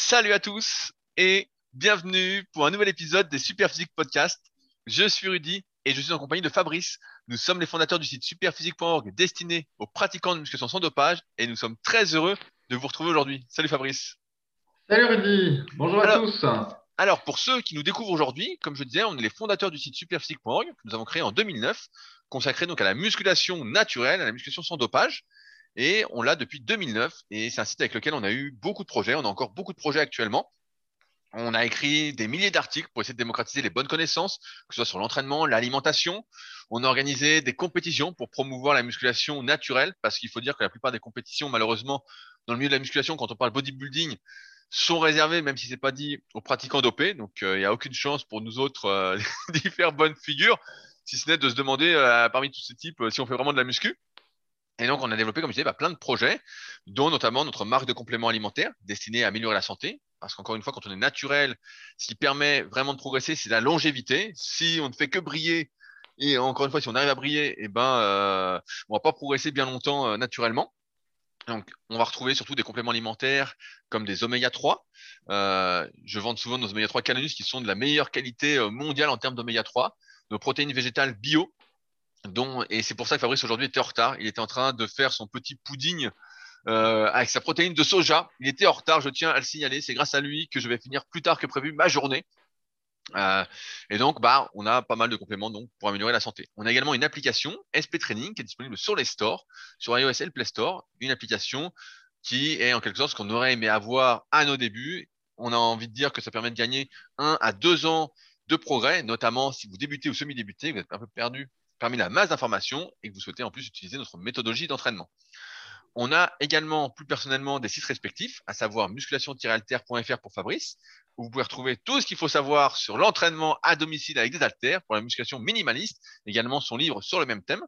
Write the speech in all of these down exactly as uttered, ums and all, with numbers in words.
Salut à tous et bienvenue pour un nouvel épisode des Superphysique Podcast. Je suis Rudy et je suis en compagnie de Fabrice. Nous sommes les fondateurs du site superphysique point org destiné aux pratiquants de musculation sans dopage et nous sommes très heureux de vous retrouver aujourd'hui. Salut Fabrice. Salut Rudy, bonjour à Alors, tous. alors pour ceux qui nous découvrent aujourd'hui, comme je disais, on est les fondateurs du site superphysique point org que nous avons créé en deux mille neuf, consacré donc à la musculation naturelle, à la musculation sans dopage. Et on l'a depuis deux mille neuf et c'est un site avec lequel on a eu beaucoup de projets. On a encore beaucoup de projets actuellement. On a écrit des milliers d'articles pour essayer de démocratiser les bonnes connaissances, que ce soit sur l'entraînement, l'alimentation. On a organisé des compétitions pour promouvoir la musculation naturelle, parce qu'il faut dire que la plupart des compétitions, malheureusement, dans le milieu de la musculation, quand on parle bodybuilding, sont réservées, même si c'est pas dit, aux pratiquants dopés. Donc, euh, il n'y a aucune chance pour nous autres euh, d'y faire bonne figure, si ce n'est de se demander, euh, parmi tous ces types, euh, si on fait vraiment de la muscu. Et donc, on a développé, comme je disais, bah, plein de projets, dont notamment notre marque de compléments alimentaires destinée à améliorer la santé. Parce qu'encore une fois, quand on est naturel, ce qui permet vraiment de progresser, c'est la longévité. Si on ne fait que briller, et encore une fois, si on arrive à briller, eh ben, euh, on va pas progresser bien longtemps euh, naturellement. Donc, on va retrouver surtout des compléments alimentaires comme des oméga trois. Euh, je vends souvent nos oméga trois Canonus qui sont de la meilleure qualité euh, mondiale en termes d'oméga trois. Nos protéines végétales bio dont, et c'est pour ça que Fabrice aujourd'hui était en retard. Il était en train de faire son petit pudding euh, avec sa protéine de soja. Il était en retard, je tiens à le signaler. C'est grâce à lui que je vais finir plus tard que prévu ma journée. Euh, et donc, bah, on a pas mal de compléments donc pour améliorer la santé. On a également une application S P Training qui est disponible sur les stores, sur iOS et le Play Store. Une application qui est en quelque sorte ce qu'on aurait aimé avoir à nos débuts. On a envie de dire que ça permet de gagner un à deux ans de progrès, notamment si vous débutez ou semi-débutez, vous êtes un peu perdu parmi la masse d'informations et que vous souhaitez en plus utiliser notre méthodologie d'entraînement. On a également plus personnellement des sites respectifs, à savoir musculation-alter point F R pour Fabrice, où vous pouvez retrouver tout ce qu'il faut savoir sur l'entraînement à domicile avec des haltères pour la musculation minimaliste, également son livre sur le même thème.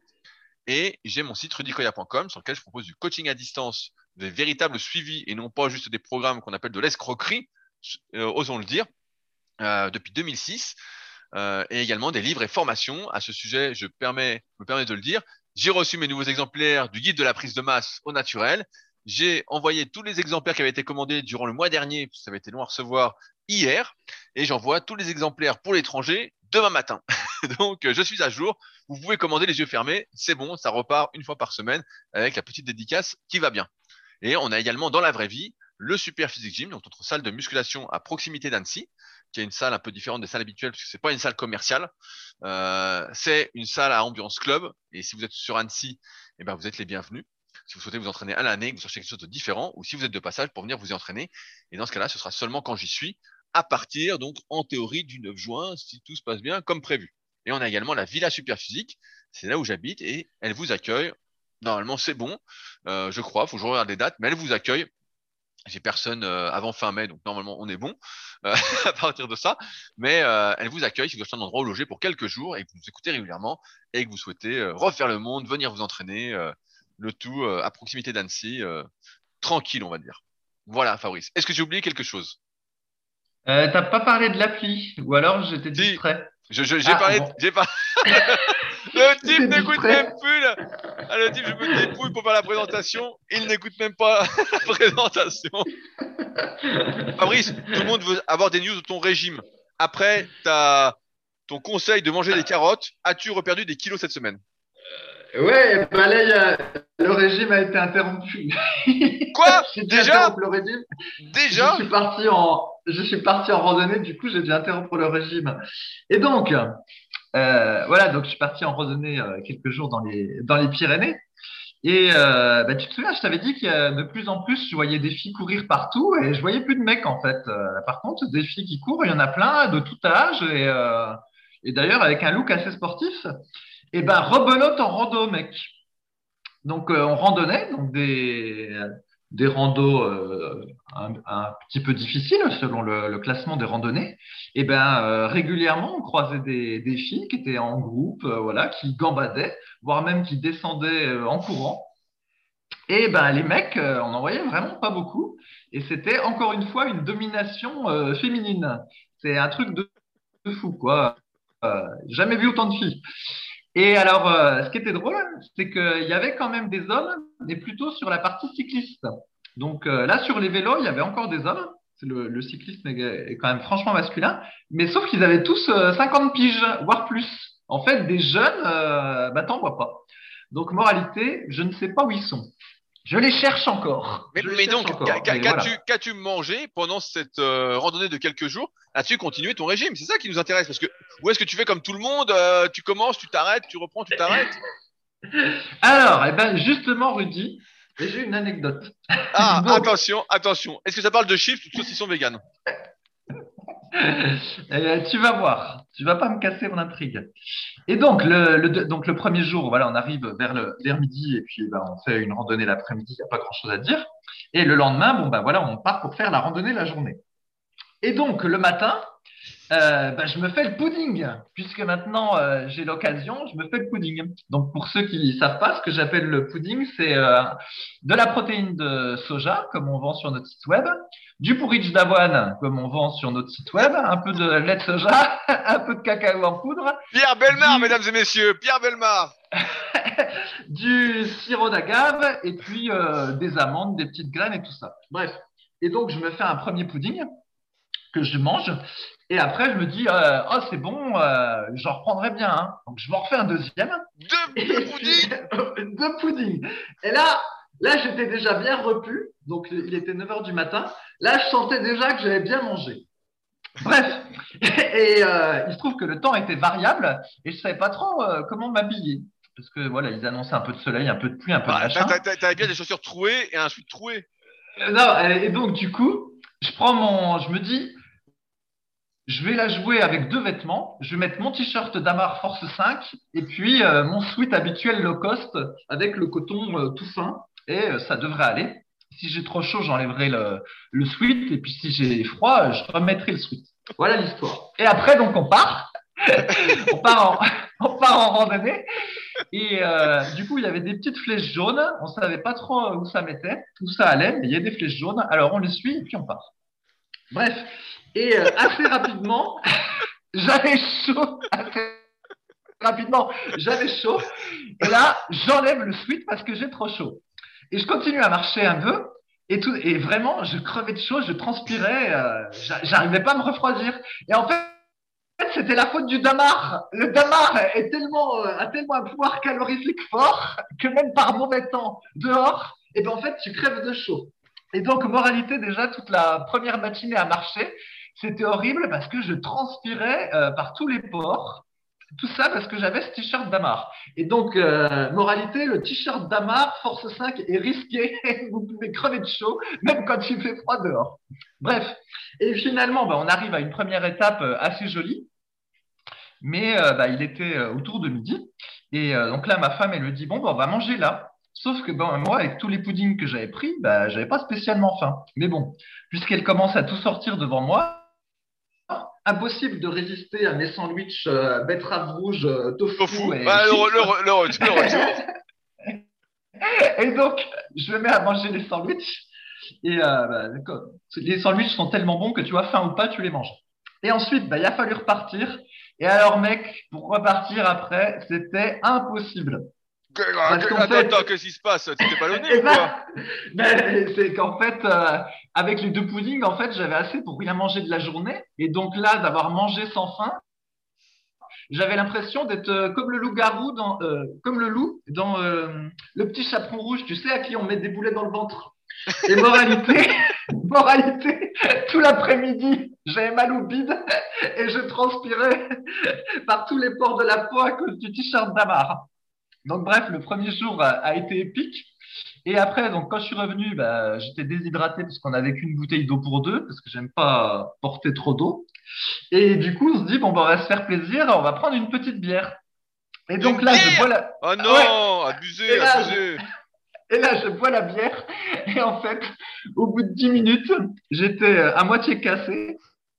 Et j'ai mon site rudicoya point com sur lequel je propose du coaching à distance, des véritables suivis et non pas juste des programmes qu'on appelle de l'escroquerie, euh, osons le dire, euh, depuis deux mille six. Euh, et également des livres et formations. À ce sujet, je permets, me permets de le dire. J'ai reçu mes nouveaux exemplaires du guide de la prise de masse au naturel. J'ai envoyé tous les exemplaires qui avaient été commandés durant le mois dernier, parce que ça avait été long à recevoir hier, et j'envoie tous les exemplaires pour l'étranger demain matin. Donc, je suis à jour. Vous pouvez commander les yeux fermés. C'est bon, ça repart une fois par semaine avec la petite dédicace qui va bien. Et on a également dans la vraie vie le Super Physique Gym, donc notre salle de musculation à proximité d'Annecy, qui est une salle un peu différente des salles habituelles, puisque c'est pas une salle commerciale. Euh, c'est une salle à ambiance club. Et si vous êtes sur Annecy, eh ben, vous êtes les bienvenus. Si vous souhaitez vous entraîner à l'année, que vous cherchez quelque chose de différent, ou si vous êtes de passage pour venir vous y entraîner. Et dans ce cas-là, ce sera seulement quand j'y suis, à partir, donc, en théorie, du neuf juin, si tout se passe bien, comme prévu. Et on a également la Villa Superphysique. C'est là où j'habite et elle vous accueille. Normalement, c'est bon, euh, je crois. Faut que je regarde les dates, mais elle vous accueille. J'ai personne euh, avant fin mai, donc normalement on est bon euh, à partir de ça. Mais euh, elle vous accueille si vous cherchez un endroit où loger pour quelques jours et que vous nous écoutez régulièrement et que vous souhaitez euh, refaire le monde, venir vous entraîner, euh, le tout euh, à proximité d'Annecy, euh, tranquille on va dire. Voilà Fabrice. Est-ce que j'ai oublié quelque chose? Euh, t'as pas parlé de l'appli, ou alors j'étais Si, distrait. je, je- j'ai Ah parlé, bon, j'ai pas. Le type t'étais n'écoute même distrait. plus là. Ah, le type, je me débrouille pour faire la présentation. Il n'écoute même pas la présentation. Fabrice, tout le monde veut avoir des news de ton régime. Après ta, ton conseil de manger des carottes, as-tu reperdu des kilos cette semaine? Ouais, bah là, il y a- le régime a été interrompu. Quoi? J'ai dû Déjà? interrompre le régime. Je Déjà? suis parti en, je suis parti en randonnée, du coup, j'ai dû interrompre le régime. Et donc, euh, voilà, donc je suis parti en randonnée euh, quelques jours dans les, dans les Pyrénées. Et euh, bah, tu te souviens, je t'avais dit qu'il y a de plus en plus, je voyais des filles courir partout et je voyais plus de mecs en fait. Euh, par contre, des filles qui courent, il y en a plein de tout âge et, euh, et d'ailleurs avec un look assez sportif. Et ben rebelote en rando, mec. Donc euh, on randonnait, donc des des randos euh, un, un petit peu difficiles selon le, le classement des randonnées. Et ben euh, régulièrement on croisait des, des filles qui étaient en groupe, euh, voilà, qui gambadaient, voire même qui descendaient euh, en courant. Et ben les mecs, euh, on en voyait vraiment pas beaucoup. Et c'était encore une fois une domination euh, féminine. C'est un truc de, de fou, quoi. Euh, jamais vu autant de filles. Et alors, euh, ce qui était drôle, c'est qu'il y avait quand même des hommes, mais plutôt sur la partie cycliste. Donc euh, là, sur les vélos, il y avait encore des hommes. C'est le, le cyclisme est, est quand même franchement masculin. Mais sauf qu'ils avaient tous euh, cinquante piges, voire plus. En fait, des jeunes, euh, bah t'en vois pas. Donc, moralité, je ne sais pas où ils sont. Je les cherche encore. Mais, Je les mais cherche donc, qu'a- encore. qu'a- Mais qu'as-tu voilà. qu'as-tu mangé pendant cette euh, randonnée de quelques jours? As-tu continué ton régime? C'est ça qui nous intéresse. Parce que, ou est-ce que tu fais comme tout le monde, euh, tu commences, tu t'arrêtes, tu reprends, tu t'arrêtes? Alors, eh ben, justement, Rudy, j'ai une anecdote. Ah, Donc, attention, attention. Est-ce que ça parle de chips ou de saucisson vegan? euh, tu vas voir. Tu vas pas me casser mon intrigue. Et donc le, le, donc, le premier jour, voilà, on arrive vers, le, vers midi et puis ben, on fait une randonnée l'après-midi, il n'y a pas grand-chose à dire. Et le lendemain, bon, ben, voilà, on part pour faire la randonnée la journée. Et donc, le matin, euh, ben, je me fais le pudding, puisque maintenant euh, j'ai l'occasion, je me fais le pudding. Donc, pour ceux qui ne savent pas, ce que j'appelle le pudding, c'est euh, de la protéine de soja, comme on vend sur notre site web, du porridge d'avoine, comme on vend sur notre site web, un peu de lait de soja, un peu de cacao en poudre, Pierre Belmar, du, mesdames et messieurs, Pierre Belmar. du sirop d'agave et puis euh, des amandes, des petites graines et tout ça. Bref. Et donc, je me fais un premier pudding que je mange. Et après, je me dis, euh, oh, c'est bon, euh, j'en reprendrai bien. Hein. Donc, je m'en refais un deuxième. Deux, deux Et puis, puddings. deux puddings. Et là, là, j'étais déjà bien repu. Donc, il était neuf heures du matin. Là, je sentais déjà que j'avais bien mangé. Bref. Et euh, il se trouve que le temps était variable et je savais pas trop euh, comment m'habiller. Parce que voilà, ils annonçaient un peu de soleil, un peu de pluie, un peu de Bah, t'as, machin. t'as, t'as, t'avais bien des chaussures trouées et un sweat troué. Euh, Non, et donc du coup, je prends mon, je me dis, je vais la jouer avec deux vêtements. Je vais mettre mon t-shirt d'Amar Force cinq et puis euh, mon sweat habituel low cost avec le coton euh, tout fin et euh, ça devrait aller. Si j'ai trop chaud, j'enlèverai le, le sweat et puis si j'ai froid, je remettrai le sweat. Voilà l'histoire. Et après, donc on part, on part en, on part en randonnée et euh, du coup il y avait des petites flèches jaunes. On savait pas trop où ça mettait, où ça allait, mais il y a des flèches jaunes. Alors on les suit et puis on part. Bref, et euh, assez rapidement, j'avais chaud, assez rapidement, j'avais chaud. Et là, j'enlève le sweat parce que j'ai trop chaud. Et je continue à marcher un peu. Et, tout, et vraiment, je crevais de chaud, je transpirais, euh, j'arrivais pas à me refroidir. Et en fait, c'était la faute du damar. Le damar est tellement, euh, a tellement un pouvoir calorifique fort que même par mauvais temps, dehors, et ben en fait, tu crèves de chaud. Et donc, moralité, déjà, toute la première matinée à marcher, c'était horrible parce que je transpirais euh, par tous les pores. Tout ça parce que j'avais ce t-shirt d'Amar. Et donc, euh, moralité, le t-shirt d'Amar, Force cinq, est risqué. Vous pouvez crever de chaud, même quand il fait froid dehors. Bref. Et finalement, bah, on arrive à une première étape euh, assez jolie. Mais euh, bah, il était euh, autour de midi. Et euh, donc là, ma femme, elle me dit, bon, bah, on va manger là. Sauf que bon, moi, avec tous les puddings que j'avais pris, bah, j'avais pas spécialement faim. Mais bon, puisqu'elle commence à tout sortir devant moi, impossible de résister à mes sandwichs euh, betterave rouge, euh, Tofu. tofu et Bah, le, re- chips. le, re- le, re- le retour. Et donc, je me mets à manger les sandwichs. Et euh, bah, d'accord. Les sandwichs sont tellement bons que tu as faim ou pas, tu les manges. Et ensuite, bah, il a fallu repartir. Et alors, mec, pour repartir après, c'était impossible. Que- que- Parce que- qu'en Attends, fait, attends, qu'est-ce qui se passe? Tu t'es ballonné et ou quoi? ben, ben, c'est qu'en fait, euh, avec les deux puddings, en fait, j'avais assez pour rien manger de la journée. Et donc là, d'avoir mangé sans faim, j'avais l'impression d'être euh, comme le loup-garou dans, euh, comme le loup dans euh, le petit chaperon rouge, tu sais, à qui on met des boulets dans le ventre. Et moralité, moralité, tout l'après-midi, j'avais mal au bide et je transpirais par tous les pores de la peau à cause du t-shirt d'Amar. Donc bref, le premier jour a, a été épique. Et après, donc quand je suis revenu, bah, j'étais déshydraté parce qu'on n'avait qu'une bouteille d'eau pour deux, parce que j'aime pas porter trop d'eau. Et du coup, on se dit, bon, bah, on va se faire plaisir, on va prendre une petite bière. Et Une donc là, je bois bière? la... Oh Ouais, non, et abusé, là, abusé. je, et là, je bois la bière. Et en fait, au bout de dix minutes, j'étais euh, à moitié cassé.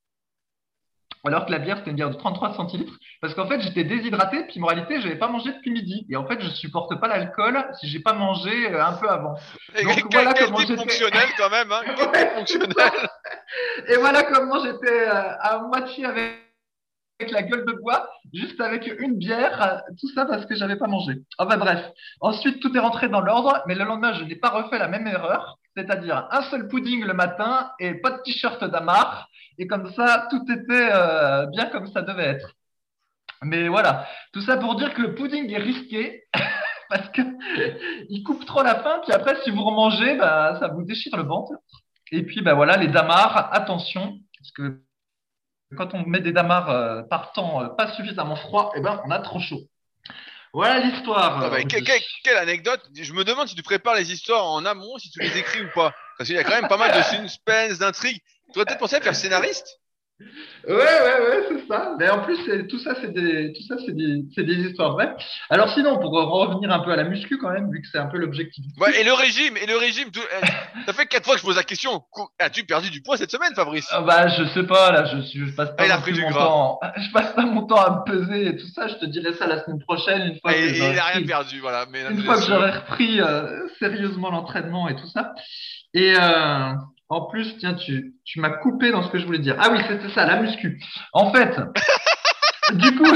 Alors que la bière, c'était une bière de trente-trois centilitres. Parce qu'en fait, j'étais déshydraté, puis moralité, je n'avais pas mangé depuis midi. Et en fait, je supporte pas l'alcool si j'ai pas mangé euh, un peu avant. Et Donc quel, voilà quel comment type j'étais. fonctionnel quand même, hein? Quel type Ouais, tu fonctionnel? vois. Et voilà comment j'étais euh, à moitié avec, avec la gueule de bois, juste avec une bière, euh, tout ça parce que j'avais pas mangé. Enfin bref. Ensuite, tout est rentré dans l'ordre, mais le lendemain, je n'ai pas refait la même erreur. c'est-à-dire un seul pudding le matin et pas de t-shirt d'Amar. Et comme ça, tout était euh, bien comme ça devait être. Mais voilà, tout ça pour dire que le pudding est risqué parce que il coupe trop la faim. Puis après, si vous remangez, bah, ça vous déchire le ventre. Et puis, bah voilà, les damars, attention, parce que quand on met des damars euh, par temps euh, pas suffisamment froid, eh ben, on a trop chaud. Voilà l'histoire, Ah euh, bah, que- Rudy. que- quelle anecdote. Je me demande si tu prépares les histoires en amont, si tu les écris ou pas. Parce qu'il y a quand même pas mal de suspense, d'intrigue. Tu aurais peut-être pensé à faire scénariste? Ouais, ouais, ouais, c'est ça. Mais en plus, c'est- tout ça, c'est des, tout ça, c'est des, c'est des histoires vraies. Alors sinon, pour revenir un peu à la muscu quand même, vu que c'est un peu l'objectif du Ouais, et truc, le régime, et le régime, tout- euh, ça fait quatre fois que je pose la question. Qu- As-tu perdu du poids cette semaine, Fabrice? euh, bah, je sais pas, là, je, suis- je passe Ah, pas il a non pris plus du mon gras. temps, je passe pas mon temps à me peser et tout ça. Je te dirai ça la semaine prochaine, une Ah, fois et, que et j'aurai il a rien repris, perdu, voilà, mesdames une et fois que messieurs. j'aurai repris euh, sérieusement l'entraînement et tout ça. Et euh, en plus, tiens, tu, tu m'as coupé dans ce que je voulais dire. Ah oui, c'était ça, la muscu. En fait, du coup,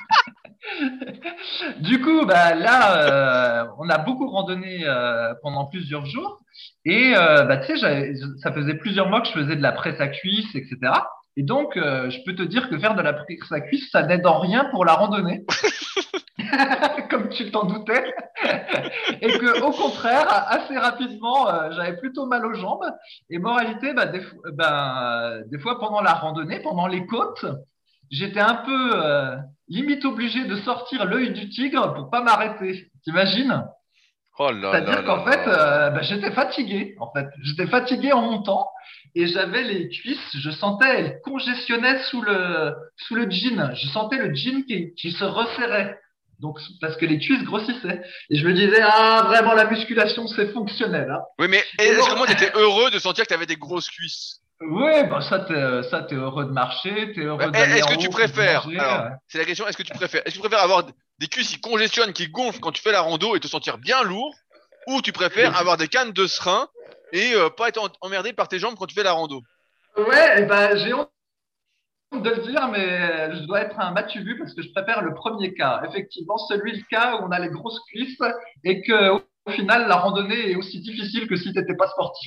du coup, bah là, euh, on a beaucoup randonné euh, pendant plusieurs jours. Et euh, bah, tu sais, j'avais- ça faisait plusieurs mois que je faisais de la presse à cuisse, et cetera. Et donc, euh, je peux te dire que faire de la presse à cuisse, ça n'aide en rien pour la randonnée, comme tu t'en doutais. Et que, au contraire, assez rapidement, euh, j'avais plutôt mal aux jambes. Et moralité, bah, des, fo- bah, des fois pendant la randonnée, pendant les côtes, j'étais un peu euh, limite obligé de sortir l'œil du tigre pour pas m'arrêter. T'imagines? Oh là là C'est-à-dire là qu'en fait, là. euh, bah, j'étais fatigué. En fait, j'étais fatigué en montant et j'avais les cuisses. Je sentais elles congestionnaient sous le sous le jean. Je sentais le jean qui, qui se resserrait. Donc parce que les cuisses grossissaient. Et je me disais ah vraiment la musculation c'est fonctionnel. Hein. Oui, mais Et bon, est-ce que moi, t'étais heureux de sentir que t'avais des grosses cuisses? ouais, bah ça t'es ça t'es heureux de marcher, t'es Ouais, heureux est- d'aller est-ce que en tu haut puis de préfères, manger. alors, euh. c'est la question, est-ce que tu préfères, est-ce que tu préfères avoir des cuisses qui congestionnent, qui gonflent quand tu fais la rando et te sentir bien lourd, ou tu préfères avoir des cannes de serin et euh, pas être en- emmerdé par tes jambes quand tu fais la rando? Ouais, et ben j'ai honte de le dire, mais je dois être un matu parce que je préfère le premier cas. Effectivement, celui le cas où on a les grosses cuisses et que au final la randonnée est aussi difficile que si tu n'étais pas sportif.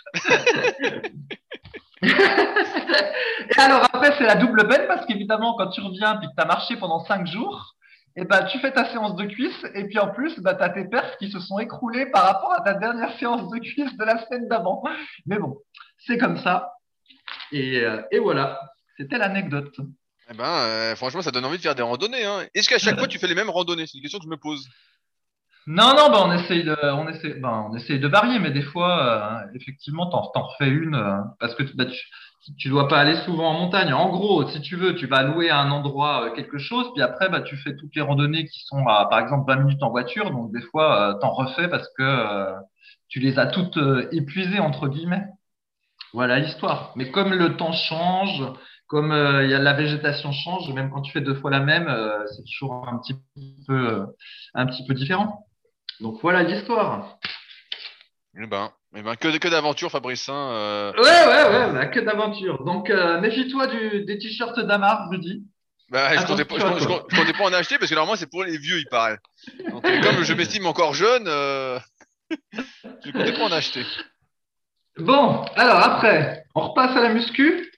Et alors après, c'est la double peine parce qu'évidemment, quand tu reviens puis que tu as marché pendant cinq jours, et ben, tu fais ta séance de cuisses et puis en plus, bah, tu as tes perfs qui se sont écroulés par rapport à ta dernière séance de cuisses de la semaine d'avant. Mais bon, c'est comme ça. Et, euh, et voilà, c'était l'anecdote. Eh ben, euh, franchement, ça donne envie de faire des randonnées, hein. Est-ce qu'à chaque fois tu fais les mêmes randonnées? C'est une question que je me pose. Non, non, bah on essaye de, on essaie, bah on essaye de varier, mais des fois, euh, effectivement, t'en, t'en refais une euh, parce que bah, tu, tu dois pas aller souvent en montagne. En gros, si tu veux, tu vas louer à un endroit euh, quelque chose, puis après, bah tu fais toutes les randonnées qui sont à, par exemple, vingt minutes en voiture. Donc des fois, euh, t'en refais parce que euh, tu les as toutes euh, épuisées entre guillemets. Voilà l'histoire. Mais comme le temps change, comme euh, il y a la végétation change, même quand tu fais deux fois la même, euh, c'est toujours un petit peu, euh, un petit peu différent. Donc voilà l'histoire. Eh ben, eh ben, que, que d'aventures, Fabrice, hein, euh. Ouais, ouais, ouais, bah, que d'aventure. Donc euh, méfie-toi du, des t-shirts d'Amar, je dis. Bah, je comptais pas, je, Attention à comptais, je toi. comptais- je comptais pas en acheter parce que normalement c'est pour les vieux, il paraît. Donc, euh, comme je m'estime encore jeune, euh, je comptais pas en acheter. Bon, alors après, on repasse à la muscu.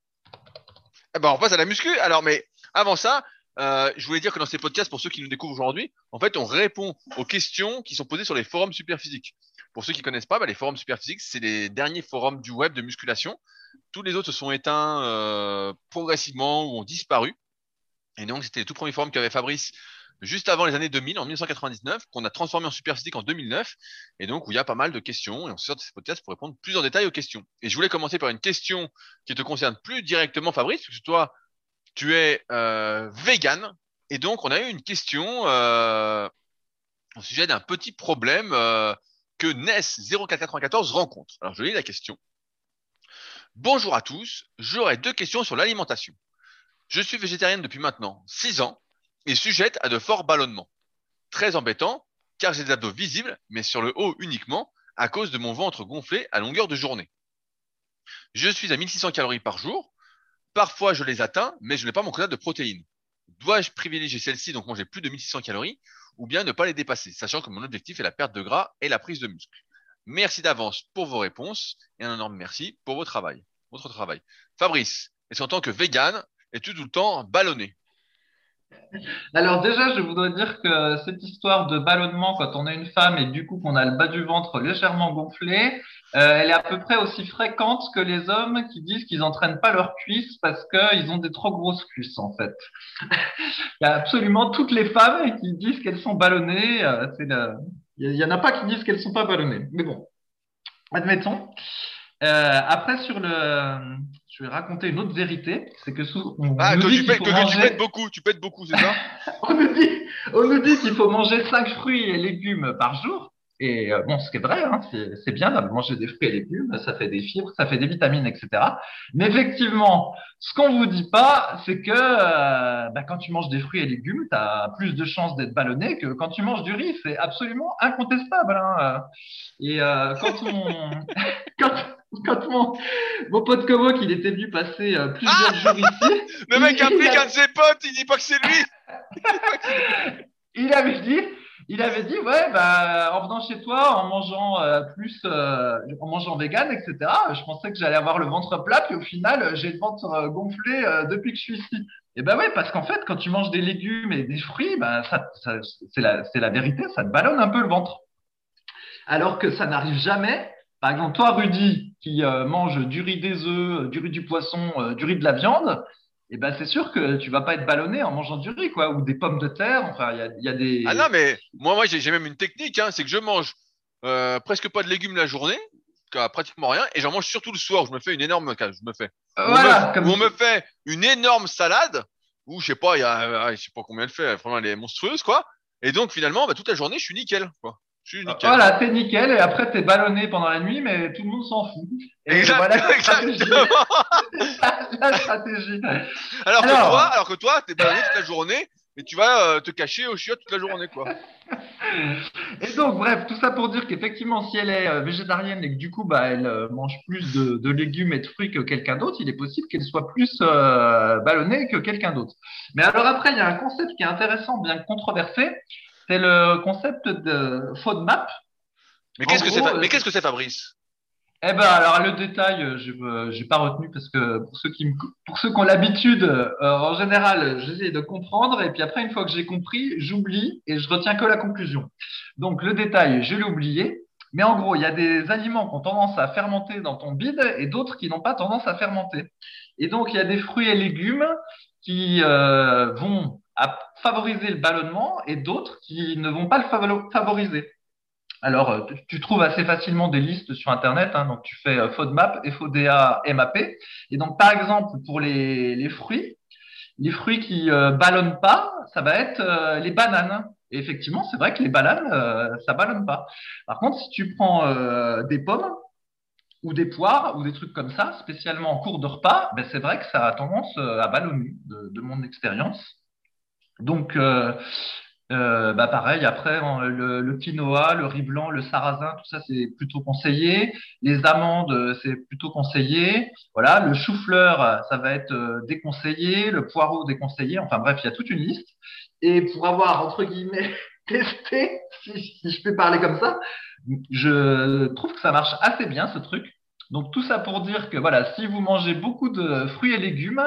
Eh ben, on passe à la muscu. Alors, mais avant ça, euh, je voulais dire que dans ces podcasts, pour ceux qui nous découvrent aujourd'hui, en fait, on répond aux questions qui sont posées sur les forums Superphysique. Pour ceux qui connaissent pas, bah, les forums Superphysique, c'est les derniers forums du web de musculation. Tous les autres se sont éteints euh, progressivement ou ont disparu. Et donc, c'était les tout premiers forums qu'avait Fabrice juste avant les années deux mille, en mille neuf cent quatre-vingt-dix-neuf, qu'on a transformé en Superphysique en deux mille neuf, et donc où il y a pas mal de questions, et on se sort de ces podcasts pour répondre plus en détail aux questions. Et je voulais commencer par une question qui te concerne plus directement, Fabrice, parce que toi, tu es euh, vegan, et donc on a eu une question euh, au sujet d'un petit problème euh, que Ness zéro quatre quatre-vingt-quatorze rencontre. Alors je lis la question. Bonjour à tous, j'aurais deux questions sur l'alimentation. Je suis végétarienne depuis maintenant six ans et sujette à de forts ballonnements. Très embêtant, car j'ai des abdos visibles, mais sur le haut uniquement, à cause de mon ventre gonflé à longueur de journée. Je suis à mille six cents calories par jour. Parfois, je les atteins, mais je n'ai pas mon quota de protéines. Dois-je privilégier celle-ci, donc manger plus de mille six cents calories, ou bien ne pas les dépasser, sachant que mon objectif est la perte de gras et la prise de muscle? Merci d'avance pour vos réponses et un énorme merci pour votre travail. Votre travail. Fabrice, est-ce qu'en tant que vegan, es-tu tout le temps ballonné? Alors déjà, je voudrais dire que cette histoire de ballonnement quand on est une femme et du coup qu'on a le bas du ventre légèrement gonflé, euh, elle est à peu près aussi fréquente que les hommes qui disent qu'ils entraînent pas leurs cuisses parce qu'ils ont des trop grosses cuisses en fait. Il y a absolument toutes les femmes qui disent qu'elles sont ballonnées. euh, c'est le- Il y, y en a pas qui disent qu'elles sont pas ballonnées. Mais bon, admettons. Euh, après, sur le, je vais raconter une autre vérité, c'est que sous, on Ah, nous que dit tu qu'il pètes, faut que, que tu pètes manger. beaucoup, tu pètes beaucoup, c'est ça? On nous dit, on nous dit qu'il faut manger cinq fruits et légumes par jour. Et euh, bon, ce qui est vrai, hein, c'est c'est bien de manger des fruits et légumes, ça fait des fibres, ça fait des vitamines, et cetera. Mais effectivement, ce qu'on vous dit pas, c'est que euh, bah, quand tu manges des fruits et légumes, tu as plus de chances d'être ballonné que quand tu manges du riz. C'est absolument incontestable. Hein. Et euh, quand on, quand, quand mon, mon pote Komo, qu'il était venu passer euh, plusieurs Ah! jours ici, Le il, mec il, implique un a- de ses potes, il dit pas que c'est lui! Il dit pas que c'est lui! il avait dit, il avait dit, ouais, bah, en venant chez toi, en mangeant euh, plus, euh, en mangeant vegan, et cetera. Je pensais que j'allais avoir le ventre plat, puis au final, j'ai le ventre euh, gonflé euh, depuis que je suis ici. Et ben ouais, parce qu'en fait, quand tu manges des légumes et des fruits, ben ça, ça c'est la, c'est la vérité, ça te ballonne un peu le ventre. Alors que ça n'arrive jamais. Par exemple, toi, Rudy, qui euh, mange du riz des œufs, du riz du poisson, euh, du riz de la viande, eh ben, c'est sûr que tu vas pas être ballonné en mangeant du riz, quoi, ou des pommes de terre. Enfin, il y a, il y a Ah non, des. mais moi, moi j'ai j'ai même une technique, hein, c'est que je mange euh, presque pas de légumes la journée, qu'à pratiquement rien, et j'en mange surtout le soir. Je me fais une énorme, je me fais, ou on me, Voilà, ou comme on me fait une énorme salade, ou je sais pas, il y a, ah, je sais pas combien elle fait, vraiment elle est monstrueuse, quoi. Et donc finalement, bah, toute la journée, je suis nickel, quoi. Je suis nickel. voilà, t'es nickel, et après t'es ballonné pendant la nuit, mais tout le monde s'en fout. Et Exact, voilà ta stratégie. exactement. La stratégie. Alors que toi, Alors, alors que toi, t'es ballonné toute la journée, et tu vas euh, te cacher au chiottes toute la journée, quoi. et donc, bref, tout ça pour dire qu'effectivement, si elle est euh, végétarienne et que du coup, bah, elle euh, mange plus de, de légumes et de fruits que quelqu'un d'autre, il est possible qu'elle soit plus euh, ballonnée que quelqu'un d'autre. Mais alors après, il y a un concept qui est intéressant, bien controversé, c'est le concept de FODMAP. Mais En qu'est-ce que c'est, gros, Fa- euh, mais qu'est-ce que c'est, Fabrice? eh ben alors le détail, euh, je n'ai pas retenu parce que pour ceux qui me, pour ceux qui ont l'habitude, euh, en général, j'essaie de comprendre et puis après une fois que j'ai compris, j'oublie et je retiens que la conclusion. Donc le détail, je l'ai oublié, mais en gros, il y a des aliments qui ont tendance à fermenter dans ton bide et d'autres qui n'ont pas tendance à fermenter. Et donc il y a des fruits et légumes qui euh, vont à favoriser le ballonnement et d'autres qui ne vont pas le favor- favoriser. Alors, euh, tu, tu trouves assez facilement des listes sur Internet. Hein, donc, tu fais euh, FODMAP, F O D A, M A P. Et donc, par exemple, pour les, les fruits, les fruits qui euh, ballonnent pas, ça va être euh, les bananes. Et effectivement, c'est vrai que les bananes, euh, ça ballonne pas. Par contre, si tu prends euh, des pommes ou des poires ou des trucs comme ça, spécialement en cours de repas, ben, c'est vrai que ça a tendance euh, à ballonner, de, de mon expérience. Donc, euh, euh, bah pareil, après, on- le, le quinoa, le riz blanc, le sarrasin, tout ça, c'est plutôt conseillé. Les amandes, euh, c'est plutôt conseillé. Voilà, le chou-fleur, euh, ça va être euh, déconseillé. Le poireau, déconseillé. Enfin bref, il y a toute une liste. Et pour avoir, entre guillemets, testé, si, si je peux parler comme ça, je trouve que ça marche assez bien, ce truc. Donc tout ça pour dire que voilà, si vous mangez beaucoup de fruits et légumes,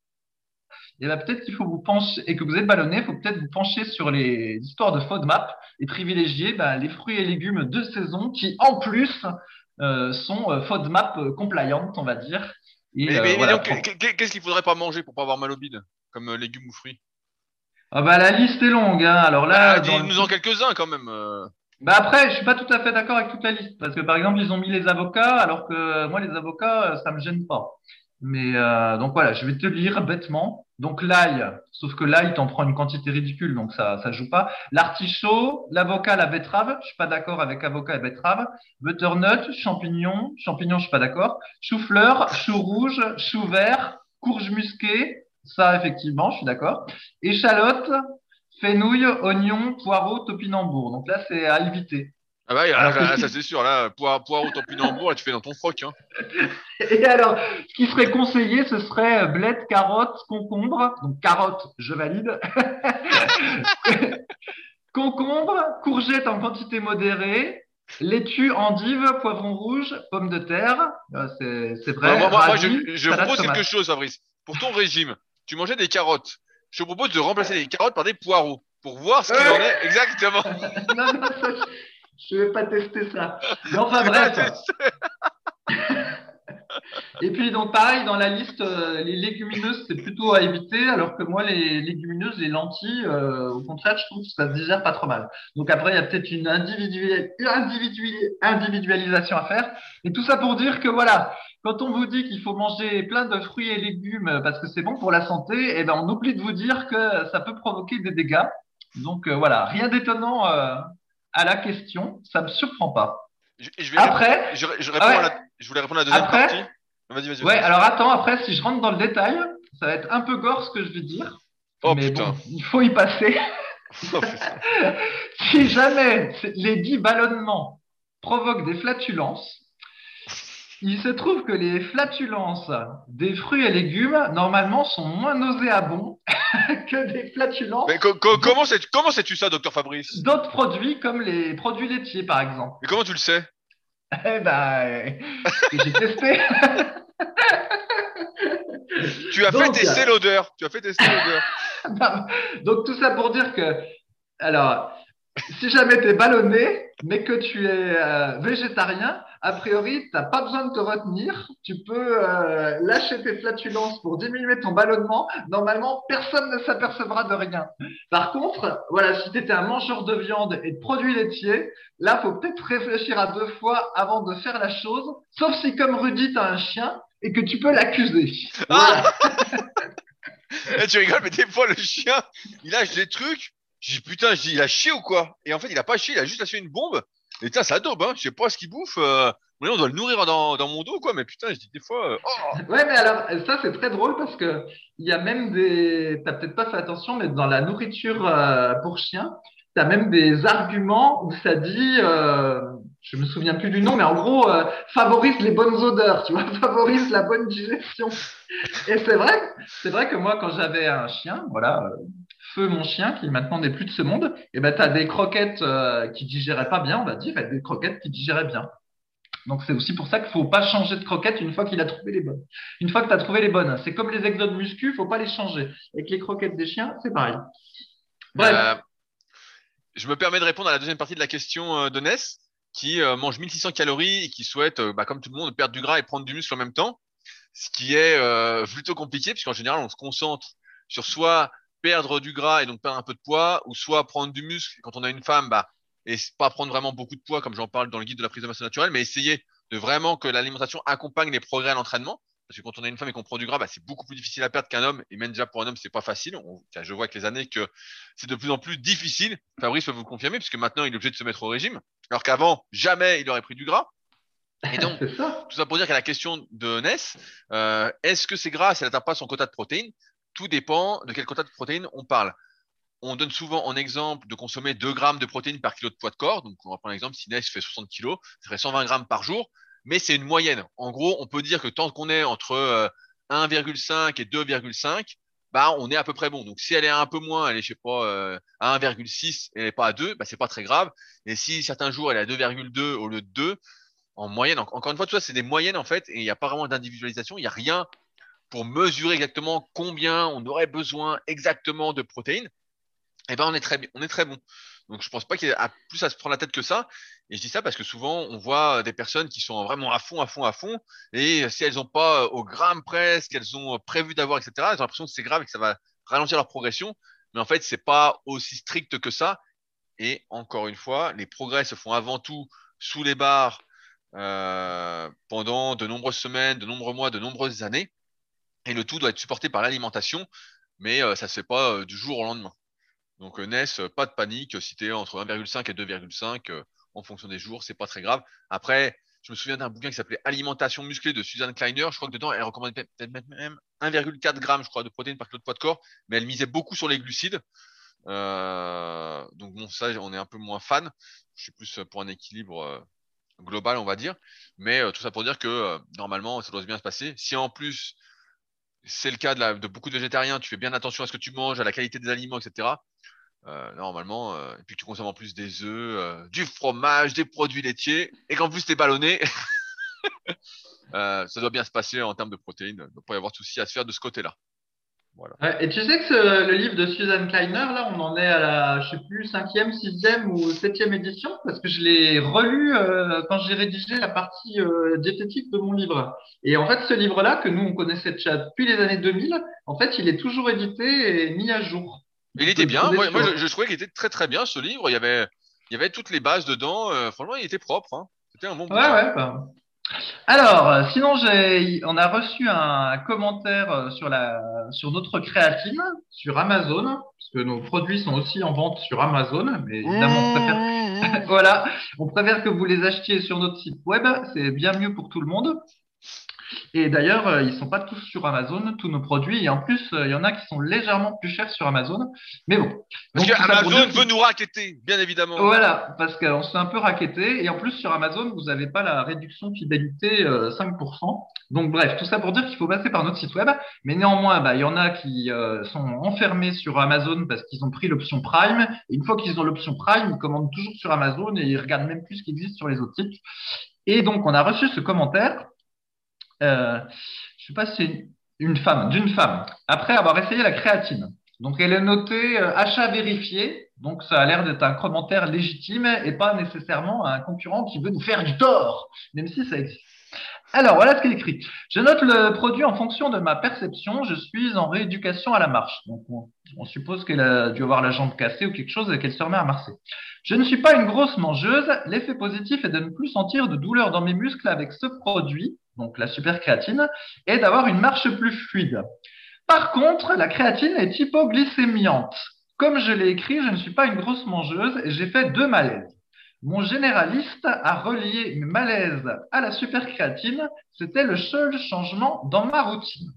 et ben peut-être qu'il faut vous pencher, et que vous êtes ballonné, il faut peut-être vous pencher sur les histoires de FODMAP et privilégier ben, les fruits et légumes de saison qui, en plus, euh, sont euh, FODMAP euh, compliant, on va dire. Et Mais, euh, mais, mais voilà. donc, Prendre- qu'est- qu'est- qu'est-ce qu'il faudrait pas manger pour pas avoir mal au bide, comme euh, légumes ou fruits? Ah bah, la liste est longue, hein. Alors Bah, là, dans le dis-nous en truc. quelques-uns quand même. euh. Bah après, je suis pas tout à fait d'accord avec toute la liste parce que par exemple, ils ont mis les avocats alors que euh, moi, les avocats, euh, ça me gêne pas. Mais euh, donc voilà, je vais te lire bêtement. Donc l'ail, sauf que l'ail, t'en prends une quantité ridicule, donc ça ça joue pas. L'artichaut, l'avocat, la betterave, je suis pas d'accord avec avocat et betterave. Butternut, champignons, champignons, je suis pas d'accord. Chou-fleur, chou rouge, chou vert, courge musquée, ça effectivement, je suis d'accord. Échalote, fenouil, oignon, poireau, topinambour. Donc là, c'est à éviter. Ah bah, ah, Alors que ce ça, qui ça, c'est sûr, là, poire, poireau topinambour, là, tu fais dans ton froc, hein. Et alors, ce qui serait conseillé, ce serait bled, carotte, concombre. Donc, carotte, je valide. Concombre, courgette en quantité modérée. laitue, endive, poivron rouge, pommes de terre, euh, c'est c'est Moi, vrai, moi, moi, moi, je, radis, je salade propose quelque tomate. chose, Fabrice. Pour ton régime, tu mangeais des carottes. Je te propose de remplacer les carottes par des poireaux pour voir ce qu'il en est Ouais. exactement. Non, non, ça, je ne vais pas tester ça. Mais Tu enfin veux pas bref. tester? Et puis donc pareil, dans la liste, euh, les légumineuses, c'est plutôt à éviter, alors que moi, les légumineuses, les lentilles, euh, au contraire, je trouve que ça se digère pas trop mal. Donc après, il y a peut-être une individuali- individuali- individualisation à faire. Et tout ça pour dire que voilà, quand on vous dit qu'il faut manger plein de fruits et légumes parce que c'est bon pour la santé, eh ben on oublie de vous dire que ça peut provoquer des dégâts. Donc euh, voilà, rien d'étonnant euh, à la question, ça me surprend pas. Je, je vais répondre. Après, Je, je ah réponds à ouais, la. Je voulais répondre à la deuxième après, partie. Vas-y, vas-y, vas-y, ouais, vas-y. alors attends, après, si je rentre dans le détail, ça va être un peu gore ce que je vais dire, Oh mais putain. bon, il faut y passer. Oh putain. Si jamais les dix ballonnements provoquent des flatulences, il se trouve que les flatulences des fruits et légumes, normalement, sont moins nauséabonds que des Mais flatulences co- co- comment d'autres sais comment sais-tu ça, docteur Fabrice? d'autres produits comme les produits laitiers, par exemple. Mais comment tu le sais? Eh ben, euh, parce que j'ai testé. Tu as fait Donc, tester l'odeur. Tu as fait tester l'odeur. donc tout ça pour dire que, alors, si jamais tu es ballonné, mais que tu es euh, végétarien, a priori, tu n'as pas besoin de te retenir. Tu peux euh, lâcher tes flatulences pour diminuer ton ballonnement. Normalement, personne ne s'apercevra de rien. Par contre, voilà, si tu étais un mangeur de viande et de produits laitiers, là, faut peut-être réfléchir à deux fois avant de faire la chose. Sauf si, comme Rudy, tu as un chien et que tu peux l'accuser. Ah! Voilà. Eh, tu rigoles, mais des fois, le chien, il lâche des trucs. Je dis, putain, je dis, il a chié ou quoi? Et en fait, il a pas chié, il a juste lâché une bombe. Et putain, ça daube, hein. Je sais pas ce qu'il bouffe. Euh... mais on doit le nourrir dans, dans mon dos, quoi. Mais putain, je dis des fois, euh, oh! Ouais, mais alors, ça, c'est très drôle parce que il y a même des. T'as peut-être pas fait attention, mais dans la nourriture euh, pour chiens, t'as même des arguments où ça dit, euh, je me souviens plus du nom, mais en gros, euh, favorise les bonnes odeurs, tu vois, favorise la bonne digestion. Et c'est vrai, c'est vrai que moi, quand j'avais un chien, voilà, euh, Feu, mon chien, qui maintenant n'est plus de ce monde, et ben, t'as des croquettes euh, qui digéraient pas bien, on va dire, et des croquettes qui digéraient bien. Donc c'est aussi pour ça qu'il faut pas changer de croquettes une fois qu'il a trouvé les bonnes. Une fois que tu as trouvé les bonnes, c'est comme les exodes muscu, faut pas les changer. Avec les croquettes des chiens, c'est pareil. Euh, Bref, je me permets de répondre à la deuxième partie de la question euh, de Ness, qui euh, mange mille six cents calories et qui souhaite, euh, bah, comme tout le monde, perdre du gras et prendre du muscle en même temps. Ce qui est euh, plutôt compliqué, puisqu'en général, on se concentre sur soit perdre du gras et donc perdre un peu de poids, ou soit prendre du muscle quand on a une femme, bah, et pas prendre vraiment beaucoup de poids, comme j'en parle dans le guide de la prise de masse naturelle, mais essayer de vraiment que l'alimentation accompagne les progrès à l'entraînement. Parce que quand on a une femme et qu'on prend du gras, bah, c'est beaucoup plus difficile à perdre qu'un homme. Et même déjà pour un homme, c'est pas facile. On, enfin, je vois avec les années que c'est de plus en plus difficile. Fabrice peut vous le confirmer, puisque maintenant il est obligé de se mettre au régime. Alors qu'avant, jamais il aurait pris du gras. Et donc, c'est ça. tout ça pour dire qu'à la question de Ness, euh, est-ce que c'est gras si elle n'atteint pas son quota de protéines? Tout dépend de quel quota de protéines on parle. On donne souvent en exemple de consommer deux grammes de protéines par kilo de poids de corps. Donc, on va prendre l'exemple, si Ness fait soixante kilos, ça ferait cent vingt grammes par jour. Mais c'est une moyenne. En gros, on peut dire que tant qu'on est entre euh, un virgule cinq et deux virgule cinq, bah, on est à peu près bon. Donc, si elle est un peu moins, elle est, je sais pas, euh, à un virgule six et elle n'est pas à deux, bah, c'est pas très grave. Et si certains jours elle est à deux virgule deux au lieu de deux, en moyenne, encore une fois, tout ça, c'est des moyennes en fait, et il n'y a pas vraiment d'individualisation. Il n'y a rien pour mesurer exactement combien on aurait besoin exactement de protéines. Et ben, on est très, on est très bon. Donc, je pense pas qu'il y ait à- plus à se prendre la tête que ça. Et je dis ça parce que souvent, on voit des personnes qui sont vraiment à fond, à fond, à fond. Et si elles n'ont pas euh, au gramme près ce qu'elles ont prévu d'avoir, et cetera, elles ont l'impression que c'est grave et que ça va ralentir leur progression. Mais en fait, c'est pas aussi strict que ça. Et encore une fois, les progrès se font avant tout sous les barres euh, pendant de nombreuses semaines, de nombreux mois, de nombreuses années. Et le tout doit être supporté par l'alimentation, mais euh, ça se fait pas euh, du jour au lendemain. Donc euh, Ness, euh, pas de panique, si tu es entre un virgule cinq et deux virgule cinq, euh, en fonction des jours, c'est pas très grave. Après, je me souviens d'un bouquin qui s'appelait Alimentation musclée de Suzanne Kleiner. Je crois que dedans, elle recommandait peut-être même un virgule quatre grammes, je crois, de protéines par kilo de poids de corps, mais elle misait beaucoup sur les glucides. Euh, donc bon, ça, on est un peu moins fan. Je suis plus pour un équilibre euh, global, on va dire. Mais euh, tout ça pour dire que euh, normalement, ça doit bien se passer. Si en plus, c'est le cas de, la, de beaucoup de végétariens, tu fais bien attention à ce que tu manges, à la qualité des aliments, et cetera. Euh, normalement, euh, et puis que tu consommes en plus des œufs, euh, du fromage, des produits laitiers, et qu'en plus t'es ballonné, euh, ça doit bien se passer en termes de protéines. Il ne doit pas y avoir de souci à se faire de ce côté-là. Voilà. Ouais, et tu sais que ce- le livre de Susan Kleiner, là, on en est à la, je sais plus, cinquième, sixième ou septième édition, parce que je l'ai relu euh, quand j'ai rédigé la partie euh, diététique de mon livre. Et en fait, ce livre-là, que nous, on connaissait déjà depuis les années deux mille, en fait, il est toujours édité et mis à jour. Il On peut était le bien. trouver Moi, moi, je, sur... je trouvais qu'il était très très bien ce livre. Il y avait, il y avait toutes les bases dedans. Euh, franchement, il était propre, hein. C'était un bon Ouais, bouquin. ouais, bah. Alors, euh, sinon, j'ai, on a reçu un commentaire euh, sur la, sur notre créatine, sur Amazon, parce que nos produits sont aussi en vente sur Amazon, mais Ouh, évidemment, on préfère, ouh, ouh. voilà, on préfère que vous les achetiez sur notre site web, c'est bien mieux pour tout le monde. Et d'ailleurs, euh, ils sont pas tous sur Amazon, tous nos produits, et en plus, euh, il y en a qui sont légèrement plus chers sur Amazon. Mais bon, Parce que donc tout ça pour Amazon dire veut qu'il nous racketter, bien évidemment. voilà, parce qu'on se fait un peu raqueter. Et en plus, sur Amazon, vous n'avez pas la réduction fidélité euh, cinq pour cent. Donc, bref, tout ça pour dire qu'il faut passer par notre site web. Mais néanmoins, bah, il y en a qui euh, sont enfermés sur Amazon parce qu'ils ont pris l'option Prime. Et une fois qu'ils ont l'option Prime, ils commandent toujours sur Amazon et ils regardent même plus ce qui existe sur les autres sites. Et donc, on a reçu ce commentaire. Euh, je sais pas si c'est une femme, d'une femme, après avoir essayé la créatine. Donc, elle est notée euh, achat vérifié. Donc, ça a l'air d'être un commentaire légitime et pas nécessairement un concurrent qui veut nous faire du tort, même si ça existe. Alors, voilà ce qu'elle écrit. Je note le produit en fonction de ma perception. Je suis en rééducation à la marche. Donc, on, on suppose qu'elle a dû avoir la jambe cassée ou quelque chose et qu'elle se remet à marcher. Je ne suis pas une grosse mangeuse. L'effet positif est de ne plus sentir de douleur dans mes muscles avec ce produit, donc la super créatine, et d'avoir une marche plus fluide. Par contre, la créatine est hypoglycémiante. Comme je l'ai écrit, je ne suis pas une grosse mangeuse et j'ai fait deux malaises. Mon généraliste a relié une malaise à la supercréatine. C'était le seul changement dans ma routine.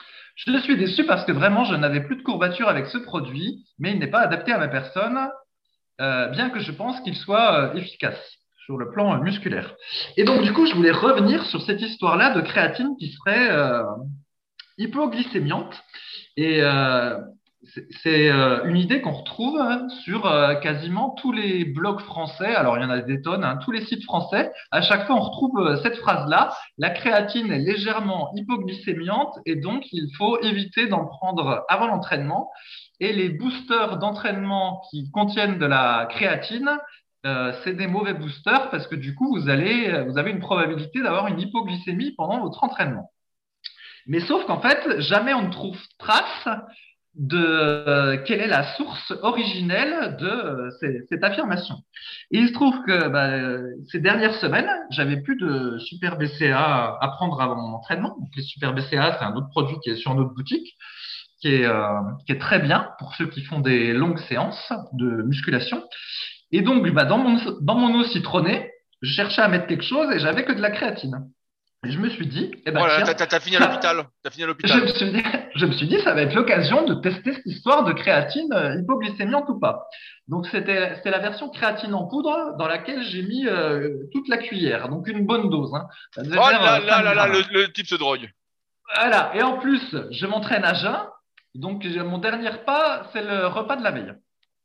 Je suis déçu parce que vraiment, je n'avais plus de courbatures avec ce produit, mais il n'est pas adapté à ma personne, euh, bien que je pense qu'il soit euh, efficace sur le plan euh, musculaire. Et donc, du coup, je voulais revenir sur cette histoire-là de créatine qui serait euh, hypoglycémiante. Et euh, c'est euh, une idée qu'on retrouve hein, sur euh, quasiment tous les blogs français. Alors, il y en a des tonnes, hein, tous les sites français. À chaque fois, on retrouve euh, cette phrase-là. La créatine est légèrement hypoglycémiante et donc il faut éviter d'en prendre avant l'entraînement. Et les boosters d'entraînement qui contiennent de la créatine, euh, c'est des mauvais boosters parce que du coup, vous allez, vous avez une probabilité d'avoir une hypoglycémie pendant votre entraînement. Mais sauf qu'en fait, jamais on ne trouve trace de euh, quelle est la source originelle de euh, ces- cette affirmation. Et il se trouve que bah, euh, ces dernières semaines, j'avais plus de Super B C A à prendre avant mon entraînement. Donc, les Super B C A, c'est un autre produit qui est sur notre boutique, qui est, euh, qui est très bien pour ceux qui font des longues séances de musculation. Et donc, bah, dans mon, dans mon eau citronnée, je cherchais à mettre quelque chose et j'avais que de la créatine. Et je me suis dit, eh ben Voilà, t'as, tiens, t'as, t'as fini à ça, l'hôpital. T'as fini à je me l'hôpital. suis dit, je me suis dit, ça va être l'occasion de tester cette histoire de créatine euh, hypoglycémiante ou pas. Donc, c'était, c'était la version créatine en poudre dans laquelle j'ai mis euh, toute la cuillère, donc une bonne dose. Hein. Ça devait Oh faire là euh, là cinq là là, le, grammes. le type se drogue. Voilà. Et en plus, je m'entraîne à jeun. Donc, j'ai- mon dernier repas, c'est le repas de la veille.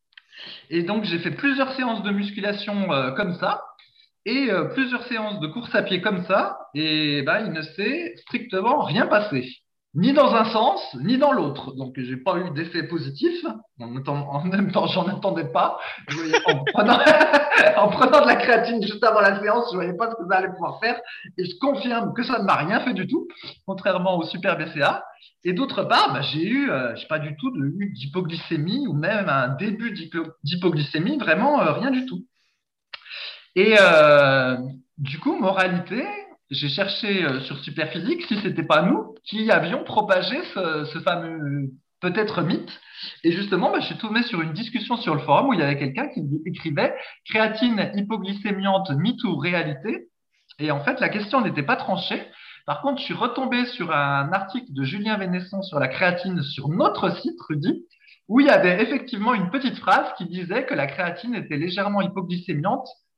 Et donc, j'ai fait plusieurs séances de musculation euh, comme ça et euh, plusieurs séances de course à pied comme ça, et ben, il ne s'est strictement rien passé, ni dans un sens, ni dans l'autre. Donc, j'ai pas eu d'effet positif. En même temps, en même temps, j'en attendais pas. Je voyais- en prenant, en prenant de la créatine juste avant la séance, je voyais pas ce que ça allait pouvoir faire. Et je confirme que ça ne m'a rien fait du tout, contrairement au Super B C A. Et d'autre part, bah, j'ai eu, euh, j'ai pas du tout de, eu d'hypoglycémie ou même un début d'hypo- d'hypoglycémie, vraiment euh, rien du tout. Et euh, du coup, moralité, j'ai cherché euh, sur Superphysique si c'était pas nous qui avions propagé ce, ce fameux peut-être mythe. Et justement, bah, je suis tombé sur une discussion sur le forum où il y avait quelqu'un qui écrivait créatine hypoglycémiante, mythe ou réalité. Et en fait, la question n'était pas tranchée. Par contre, je suis retombé sur un article de Julien Vénesson sur la créatine sur notre site, Rudy, où il y avait effectivement une petite phrase qui disait que la créatine était légèrement hypoglycémiante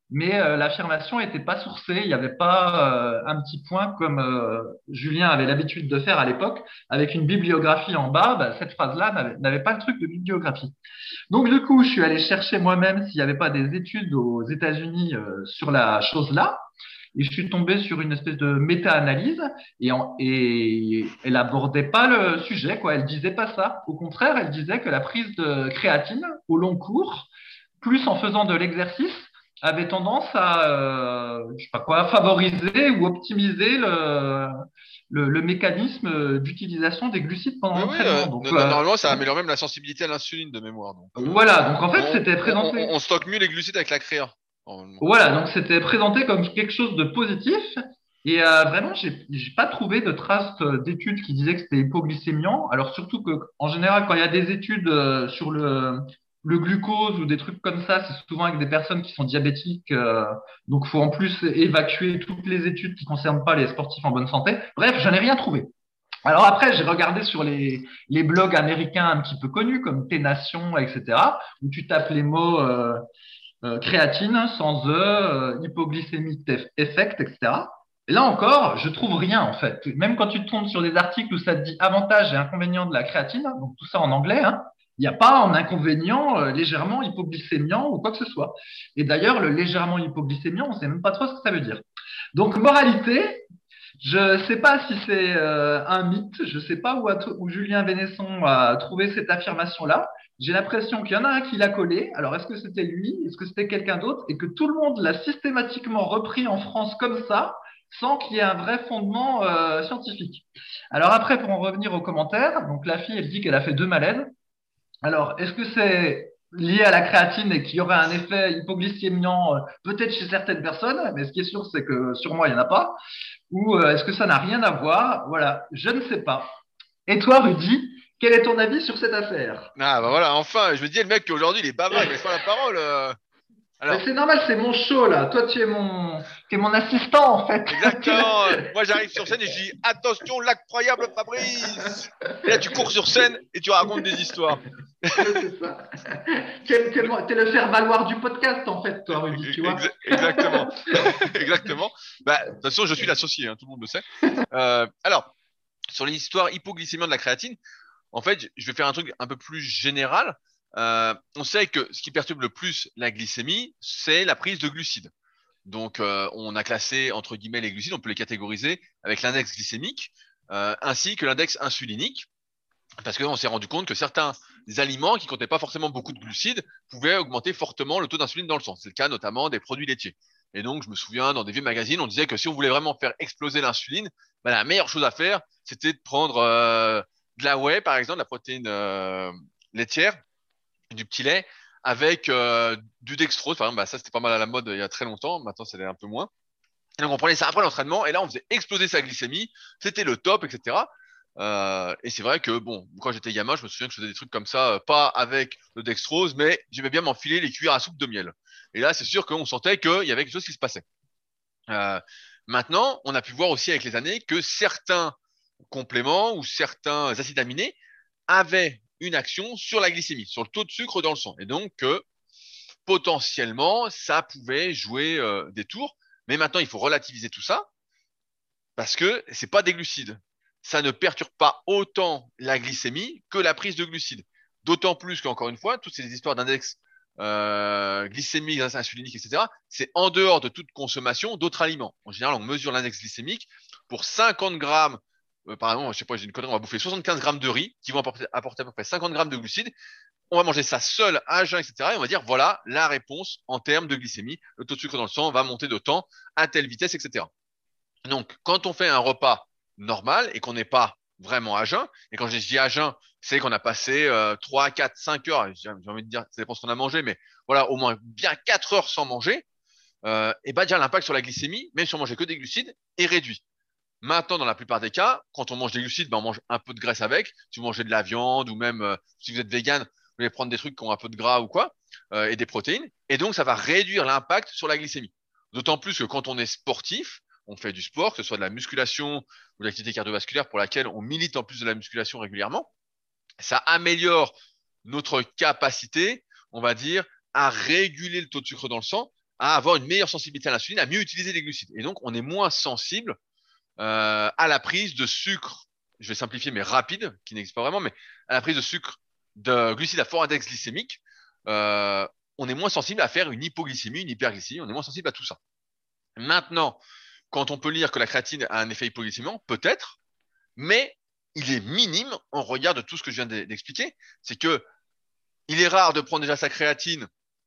mais euh, l'affirmation n'était pas sourcée. Il n'y avait pas euh, un petit point comme euh, Julien avait l'habitude de faire à l'époque, avec une bibliographie en bas. Bah, cette phrase-là n'avait n'avait pas le truc de bibliographie. Donc du coup, je suis allé chercher moi-même s'il n'y avait pas des études aux États-Unis euh, sur la chose-là. Et je suis tombé sur une espèce de méta-analyse et, en- et elle abordait pas le sujet, quoi. Elle disait pas ça. Au contraire, elle disait que la prise de créatine au long cours, plus en faisant de l'exercice, avait tendance à, euh, je sais pas quoi, favoriser ou optimiser le, le, le mécanisme d'utilisation des glucides pendant Oui, oui, euh, l'entraînement. Donc, no- no- euh, normalement, ça améliore même la sensibilité à l'insuline de mémoire. Donc, euh, voilà. Donc, en fait, on, c'était on, on, présenté. on stocke mieux les glucides avec la créa, normalement. Voilà, donc c'était présenté comme quelque chose de positif. Et euh, vraiment, j'ai j'ai pas trouvé de traces euh, d'études qui disaient que c'était hypoglycémiant. Alors surtout que, en général, quand il y a des études euh, sur le, le glucose ou des trucs comme ça, c'est souvent avec des personnes qui sont diabétiques. Euh, donc, faut en plus évacuer toutes les études qui concernent pas les sportifs en bonne santé. Bref, je n'ai rien trouvé. Alors après, j'ai regardé sur les, les blogs américains un petit peu connus comme T-Nation, et cetera, où tu tapes les mots euh, euh, créatine sans E, euh, hypoglycémique effect, et cetera. Et là encore, je trouve rien en fait. Même quand tu tombes sur des articles où ça te dit avantages et inconvénients de la créatine, donc tout ça en anglais, hein, il n'y a pas un inconvénient euh, légèrement hypoglycémiant ou quoi que ce soit. Et d'ailleurs, le légèrement hypoglycémiant, on ne sait même pas trop ce que ça veut dire. Donc, moralité, je ne sais pas si c'est euh, un mythe, je ne sais pas où, a où Julien Vénesson a trouvé cette affirmation-là. J'ai l'impression qu'il y en a un qui l'a collé. Alors, est-ce que c'était lui? Est-ce que c'était quelqu'un d'autre? Et que tout le monde l'a systématiquement repris en France comme ça, sans qu'il y ait un vrai fondement euh, scientifique. Alors après, pour en revenir aux commentaires, donc la fille, elle dit qu'elle a fait deux malaises. Alors, est-ce que c'est lié à la créatine et qu'il y aurait un effet hypoglycémiant euh, peut-être chez certaines personnes, mais ce qui est sûr, c'est que sur moi, il n'y en a pas. Ou euh, est-ce que ça n'a rien à voir? Voilà, je ne sais pas. Et toi, Rudy, quel est ton avis sur cette affaire? Ah, bah voilà, enfin, je me dis, le mec, aujourd'hui, il est bavard, il me laisse pas la parole. euh. Mais Alors, c'est normal, c'est mon show là. Toi, tu es mon, tu es mon assistant en fait. Tu es là- exactement. euh, Moi, j'arrive sur scène et je dis, attention, l'incroyable Fabrice. Et là, tu cours sur scène et tu racontes des histoires. C'est ça. Tu es, tu es le tu es le faire-valoir du podcast en fait, toi, Rudy, tu vois. Exa- Exactement. Exactement. Bah, de toute façon, je suis l'associé, hein, tout le monde le sait. Euh, alors, sur l'histoire hypoglycémiante de la créatine, en fait, je vais faire un truc un peu plus général. Euh, on sait que ce qui perturbe le plus la glycémie, c'est la prise de glucides. Donc, euh, on a classé entre guillemets les glucides, on peut les catégoriser avec l'index glycémique euh, ainsi que l'index insulinique, parce qu'on s'est rendu compte que certains aliments qui contenaient pas forcément beaucoup de glucides pouvaient augmenter fortement le taux d'insuline dans le sang. C'est le cas notamment des produits laitiers. Et donc, je me souviens, dans des vieux magazines, on disait que si on voulait vraiment faire exploser l'insuline, bah, la meilleure chose à faire, c'était de prendre euh, de la whey, par exemple, de la protéine euh, laitière, du petit lait, avec euh, du dextrose. Par exemple, bah, ça, c'était pas mal à la mode il y a très longtemps. Maintenant, c'est un peu moins. Et donc, on prenait ça après l'entraînement, et là, on faisait exploser sa glycémie. C'était le top, et cetera. Euh, et c'est vrai que, bon, quand j'étais gamin, je me souviens que je faisais des trucs comme ça, euh, pas avec le dextrose, mais j'aimais bien m'enfiler les cuillères à soupe de miel. Et là, c'est sûr qu'on sentait qu'il y avait quelque chose qui se passait. Euh, Maintenant, on a pu voir aussi avec les années que certains compléments ou certains acides aminés avaient une action sur la glycémie, sur le taux de sucre dans le sang. Et donc, que potentiellement, ça pouvait jouer euh, des tours. Mais maintenant, il faut relativiser tout ça parce que c'est pas des glucides. Ça ne perturbe pas autant la glycémie que la prise de glucides. D'autant plus qu'encore une fois, toutes ces histoires d'index euh, glycémique, insulinique, et cetera, c'est en dehors de toute consommation d'autres aliments. En général, on mesure l'index glycémique pour cinquante grammes. Euh, par exemple, je sais pas, j'ai une connerie, on va bouffer soixante-quinze grammes de riz qui vont apporter, apporter à peu près cinquante grammes de glucides. On va manger ça seul, à jeun, et cetera. Et on va dire, voilà la réponse en termes de glycémie. Le taux de sucre dans le sang va monter de temps à telle vitesse, et cetera. Donc, quand on fait un repas normal et qu'on n'est pas vraiment à jeun, et quand je dis à jeun, c'est qu'on a passé euh, trois, quatre, cinq heures, j'ai envie de dire, ça dépend ce qu'on a mangé, mais voilà, au moins bien quatre heures sans manger, euh, et bah déjà l'impact sur la glycémie, même si on mangeait que des glucides, est réduit. Maintenant, dans la plupart des cas, quand on mange des glucides, ben, on mange un peu de graisse avec. Si vous mangez de la viande ou même euh, si vous êtes vegan, vous allez prendre des trucs qui ont un peu de gras ou quoi, euh, et des protéines. Et donc, ça va réduire l'impact sur la glycémie. D'autant plus que quand on est sportif, on fait du sport, que ce soit de la musculation ou de l'activité cardiovasculaire pour laquelle on milite en plus de la musculation régulièrement, ça améliore notre capacité, on va dire, à réguler le taux de sucre dans le sang à avoir une meilleure sensibilité à l'insuline, à mieux utiliser les glucides. Et donc, on est moins sensible euh, à la prise de sucre, je vais simplifier, mais rapide, qui n'existe pas vraiment, mais à la prise de sucre de glucides à fort index glycémique. Euh, on est moins sensible à faire une hypoglycémie, une hyperglycémie, on est moins sensible à tout ça. Maintenant, quand on peut lire que la créatine a un effet hypoglycémiant, peut-être, mais il est minime en regard de tout ce que je viens d'expliquer. C'est que il est rare de prendre déjà sa créatine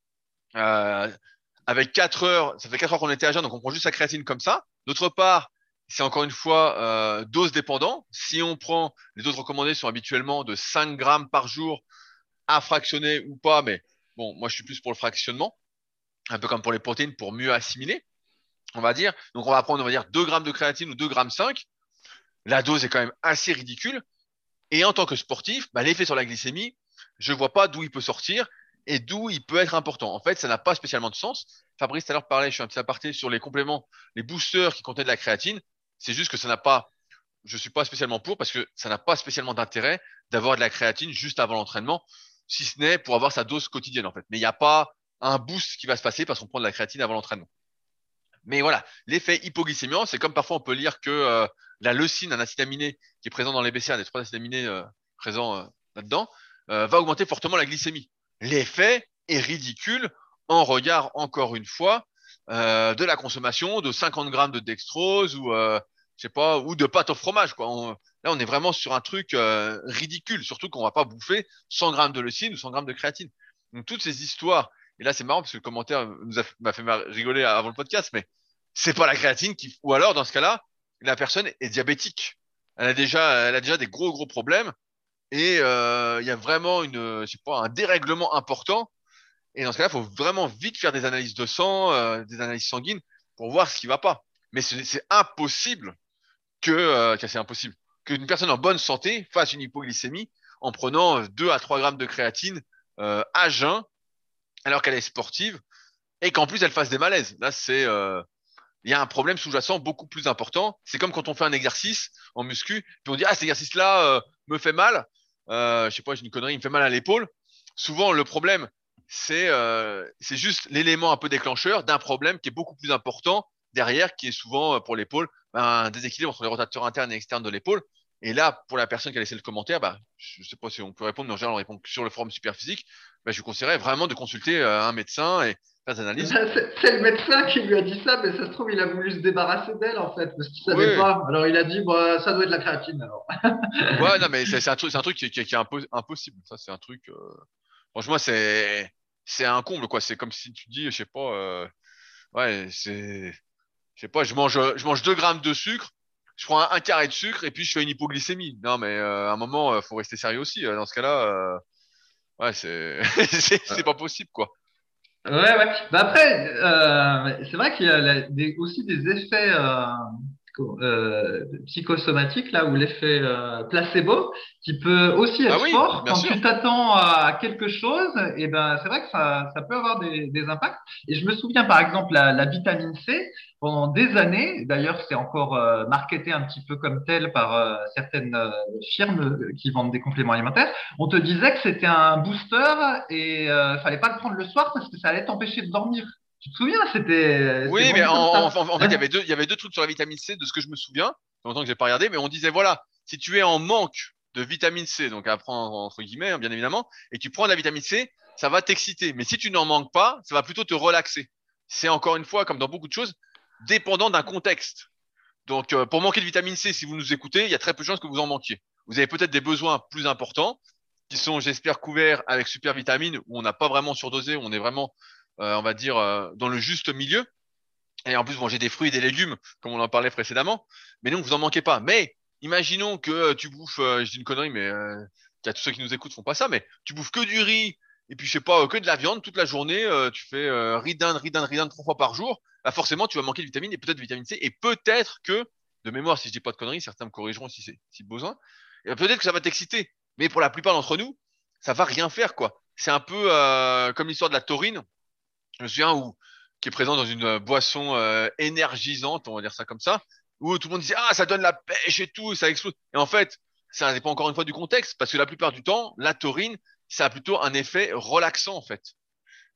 euh, avec quatre heures, ça fait quatre heures qu'on était à jeun, donc on prend juste sa créatine comme ça. D'autre part, c'est encore une fois euh, dose dépendant. Si on prend, les doses recommandées sont habituellement de cinq grammes par jour à fractionner ou pas, mais bon, moi je suis plus pour le fractionnement, un peu comme pour les protéines, pour mieux assimiler, on va dire. Donc on va prendre, on va dire, deux grammes de créatine ou deux grammes cinq. La dose est quand même assez ridicule. Et en tant que sportif, bah, l'effet sur la glycémie, je vois pas d'où il peut sortir et d'où il peut être important. En fait, ça n'a pas spécialement de sens. Fabrice, tout à l'heure, parlait, je suis un petit aparté sur les compléments, les boosters qui contiennent de la créatine. C'est juste que ça n'a pas, je suis pas spécialement pour parce que ça n'a pas spécialement d'intérêt d'avoir de la créatine juste avant l'entraînement, si ce n'est pour avoir sa dose quotidienne, en fait. Mais il n'y a pas un boost qui va se passer parce qu'on prend de la créatine avant l'entraînement. Mais voilà, l'effet hypoglycémiant, c'est comme parfois on peut lire que euh, la leucine, un acide aminé qui est présent dans les B C A, des trois acides aminés euh, présents euh, là-dedans, euh, va augmenter fortement la glycémie. L'effet est ridicule en regard, encore une fois, euh, de la consommation de cinquante grammes de dextrose ou, euh, je sais pas, ou de pâte au fromage, quoi. On- là, on est vraiment sur un truc euh, ridicule, surtout qu'on va pas bouffer cent grammes de leucine ou cent grammes de créatine. Donc toutes ces histoires, et là c'est marrant parce que le commentaire nous a m'a fait rigoler avant le podcast, mais c'est pas la créatine qui, ou alors dans ce cas-là, la personne est diabétique. Elle a déjà, elle a déjà des gros gros problèmes et euh, il y a vraiment une, je sais pas, un dérèglement important. Et dans ce cas-là, il faut vraiment vite faire des analyses de sang, euh, des analyses sanguines pour voir ce qui va pas. Mais c'est c'est impossible que, euh, que c'est impossible qu'une personne en bonne santé fasse une hypoglycémie en prenant deux à trois grammes de créatine euh, à jeun alors qu'elle est sportive et qu'en plus elle fasse des malaises. Là, c'est euh, il y a un problème sous-jacent beaucoup plus important. C'est comme quand on fait un exercice en muscu, puis on dit ah cet exercice-là euh, me fait mal. Euh, je sais pas, j'ai une connerie, il me fait mal à l'épaule. Souvent le problème c'est euh, c'est juste l'élément un peu déclencheur d'un problème qui est beaucoup plus important derrière, qui est souvent euh, pour l'épaule ben, un déséquilibre entre les rotateurs internes et externes de l'épaule. Et là, pour la personne qui a laissé le commentaire, bah, je sais pas si on peut répondre, mais en général on répond que sur le forum Superphysique. Bah, je vous conseillerais vraiment de consulter euh, un médecin et faire des analyses. Ben, C'est c'est le médecin qui lui a dit ça, mais ça se trouve, il a voulu se débarrasser d'elle, en fait, parce qu'il savait Oui, pas. Alors, il a dit, bah, ça doit être la créatine, alors. ouais, non, mais c'est c'est un truc, c'est un truc qui, est- qui, est qui est impo- impossible. Ça, c'est un truc. euh, Franchement, c'est c'est un comble, quoi. C'est comme si tu dis, je sais pas, euh, ouais, c'est, je sais pas, je mange, je mange deux grammes de sucre, je prends un, un carré de sucre et puis je fais une hypoglycémie. Non, mais euh, à un moment, euh, faut rester sérieux aussi. euh, Dans ce cas-là, euh, ouais, c'est c'est c'est pas possible, quoi. Ouais, ouais. Bah après, euh, c'est vrai qu'il y a la- des- aussi des effets euh, co- euh, psychosomatiques là, ou l'effet euh, placebo qui peut aussi Ah être oui, fort bien quand tu sûr. t'attends à quelque chose. Et ben, c'est vrai que ça, ça peut avoir des, des impacts. Et je me souviens par exemple la, la vitamine C pendant des années. D'ailleurs, c'est encore euh, marketé un petit peu comme tel par euh, certaines euh, firmes qui vendent des compléments alimentaires. On te disait que c'était un booster et euh, fallait pas le prendre le soir parce que ça allait t'empêcher de dormir. Tu te souviens, c'était c'était Oui, mais vendu en, comme en, ça. en fait, il y avait deux, il y avait deux trucs sur la vitamine C de ce que je me souviens. Ça fait longtemps que j'ai pas regardé, mais on disait voilà, si tu es en manque de vitamine C, donc à prendre entre guillemets, hein, bien évidemment, et tu prends de la vitamine C, ça va t'exciter. Mais si tu n'en manques pas, ça va plutôt te relaxer. C'est encore une fois, comme dans beaucoup de choses, dépendant d'un contexte. Donc, euh, pour manquer de vitamine C, si vous nous écoutez, il y a très peu de chances que vous en manquiez. Vous avez peut-être des besoins plus importants, qui sont, j'espère, couverts avec super vitamine, où on n'a pas vraiment surdosé, où on est vraiment, euh, on va dire, euh, dans le juste milieu. Et en plus, manger des fruits et des légumes, comme on en parlait précédemment. Mais donc, vous en manquez pas. Mais imaginons que euh, tu bouffes, euh, je dis une connerie, mais euh, qu'il y a tous ceux qui nous écoutent font pas ça, mais tu bouffes que du riz et puis je sais pas, euh, que de la viande toute la journée. Euh, tu fais euh, riz d'Inde, riz d'Inde, riz d'Inde trois fois par jour. Bah forcément, tu vas manquer de vitamines et peut-être de vitamine C. Et peut-être que, de mémoire, si je dis pas de conneries, certains me corrigeront si c'est si besoin. Et ben, peut-être que ça va t'exciter. Mais pour la plupart d'entre nous, ça va rien faire quoi. C'est un peu euh, comme l'histoire de la taurine. Je me souviens où qui est présent dans une euh, boisson euh, énergisante, on va dire ça comme ça, où tout le monde disait ah ça donne la pêche et tout, ça explose. Et en fait, ça dépend encore une fois du contexte, parce que la plupart du temps, la taurine, ça a plutôt un effet relaxant en fait.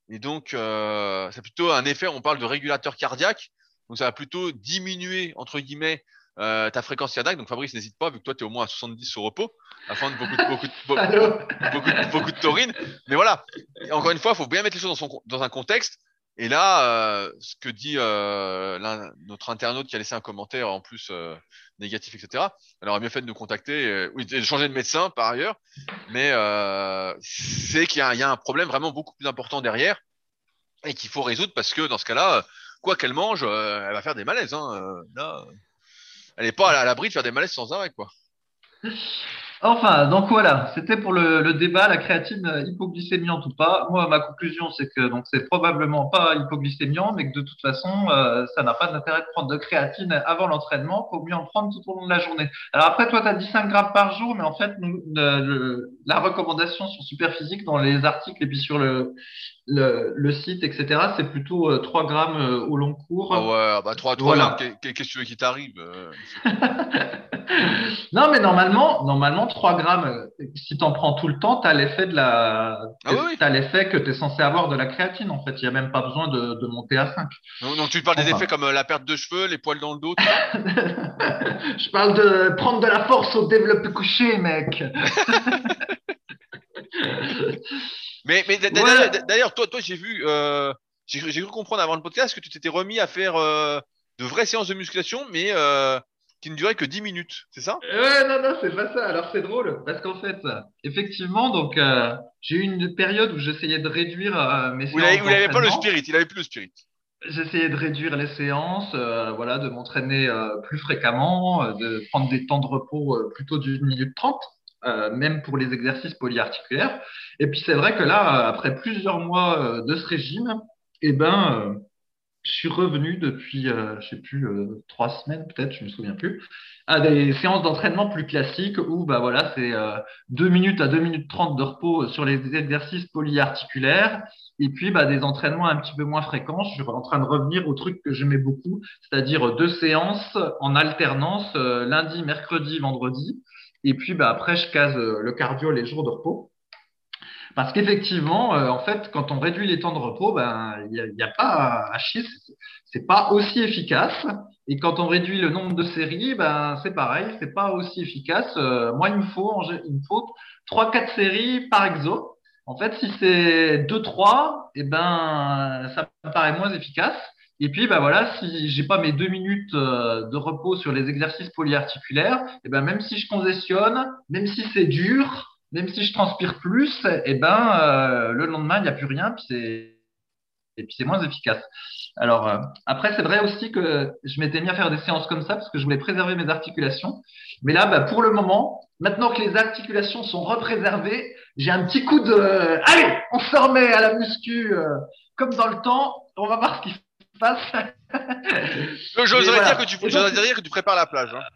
Et donc, euh, c'est plutôt un effet, on parle de régulateur cardiaque. Donc, ça va plutôt diminuer, entre guillemets, euh, ta fréquence cardiaque. Donc, Fabrice, n'hésite pas, vu que toi, tu es au moins à soixante-dix au repos, afin de beaucoup de, beaucoup de, beau- beau- Allô? beaucoup de, beaucoup de taurine. Mais voilà, et encore une fois, il faut bien mettre les choses dans, son, con- dans un contexte. Et là, euh, ce que dit euh, l'un- notre internaute qui a laissé un commentaire en plus euh, négatif, et cetera, elle aurait mieux fait de nous contacter, euh, oui, de changer de médecin par ailleurs. Mais euh, c'est qu'il y a, il y a un problème vraiment beaucoup plus important derrière et qu'il faut résoudre parce que dans ce cas-là, quoi qu'elle mange, euh, elle va faire des malaises. Hein. Euh, là, elle n'est pas à l'abri de faire des malaises sans arrêt, quoi. Enfin, donc voilà, c'était pour le, le débat, la créatine euh, hypoglycémiante ou pas. Moi, ma conclusion, c'est que donc c'est probablement pas hypoglycémiant, mais que de toute façon, euh, ça n'a pas d'intérêt de prendre de créatine avant l'entraînement. Faut mieux en prendre tout au long de la journée. Alors après, toi, tu as dit cinq grammes par jour, mais en fait, nous, le- le- la recommandation sur Superphysique dans les articles et puis sur le, le, le site, et cetera, c'est plutôt euh, trois grammes euh, au long Ah cours. ouais, bah trois, trois grammes, Voilà. qu'est- qu'est- qu'est-ce que tu veux qui t'arrive? Euh, c'est- Non, mais normalement, normalement, trois grammes, euh, si tu en prends tout le temps, tu as l'effet de la, Ah oui, oui. t'as l'effet que tu es censé avoir de la créatine, en fait. Il n'y a même pas besoin de, de monter à cinq. Donc, donc tu parles des effets Enfin, comme euh, la perte de cheveux, les poils dans le dos, tout ça? je parle de prendre de la force au développé couché, mec. Mais, mais d- d- d'ailleurs, Voilà. d'ailleurs, toi, toi, j'ai vu, euh, j'ai cru j'ai cru comprendre avant le podcast que tu t'étais remis à faire euh, de vraies séances de musculation, mais euh, qui ne duraient que dix minutes, c'est ça? Ouais, non, non, c'est pas ça. Alors, c'est drôle, parce qu'en fait, effectivement, donc, euh, j'ai eu une période où j'essayais de réduire euh, mes Ou il avait, séances ou il avait pas le d'entraînement. spirit, il avait plus le spirit. J'essayais de réduire les séances, euh, voilà, de m'entraîner euh, plus fréquemment, euh, de prendre des temps de repos euh, plutôt d'une minute trente, euh, même pour les exercices polyarticulaires. Et puis c'est vrai que là, euh, après plusieurs mois euh, de ce régime, eh ben, euh, je suis revenu depuis, euh, je sais plus, euh, trois semaines peut-être, je me souviens plus, à des séances d'entraînement plus classiques où bah voilà, c'est euh, deux minutes à deux minutes trente de repos sur les exercices polyarticulaires et puis bah des entraînements un petit peu moins fréquents. Je suis en train de revenir au truc que j'aimais beaucoup, c'est-à-dire deux séances en alternance, euh, lundi, mercredi, vendredi. Et puis bah après, je case euh, le cardio les jours de repos. Parce qu'effectivement, euh, en fait, quand on réduit les temps de repos, ben, il n'y a, il y a pas à, à chier, c'est c'est pas aussi efficace. Et quand on réduit le nombre de séries, ben, c'est pareil, c'est pas aussi efficace. Euh, moi, il me faut, en gé- il me faut trois, quatre séries par exo. En fait, si c'est deux, trois, eh ben, ça me paraît moins efficace. Et puis, ben voilà, si j'ai pas mes deux minutes euh, de repos sur les exercices polyarticulaires, eh ben, même si je congestionne, même si c'est dur, même si je transpire plus, eh ben, euh, le lendemain, il n'y a plus rien, puis c'est, et puis c'est moins efficace. Alors, euh, après, c'est vrai aussi que je m'étais mis à faire des séances comme ça parce que je voulais préserver mes articulations. Mais là, bah, pour le moment, maintenant que les articulations sont représervées, j'ai un petit coup de, euh, allez, on se remet à la muscu, euh, comme dans le temps, on va voir ce qui se passe. Mais J'oserais dire que voilà. tu, Et donc, j'oserais dire que tu prépares la plage. Hein.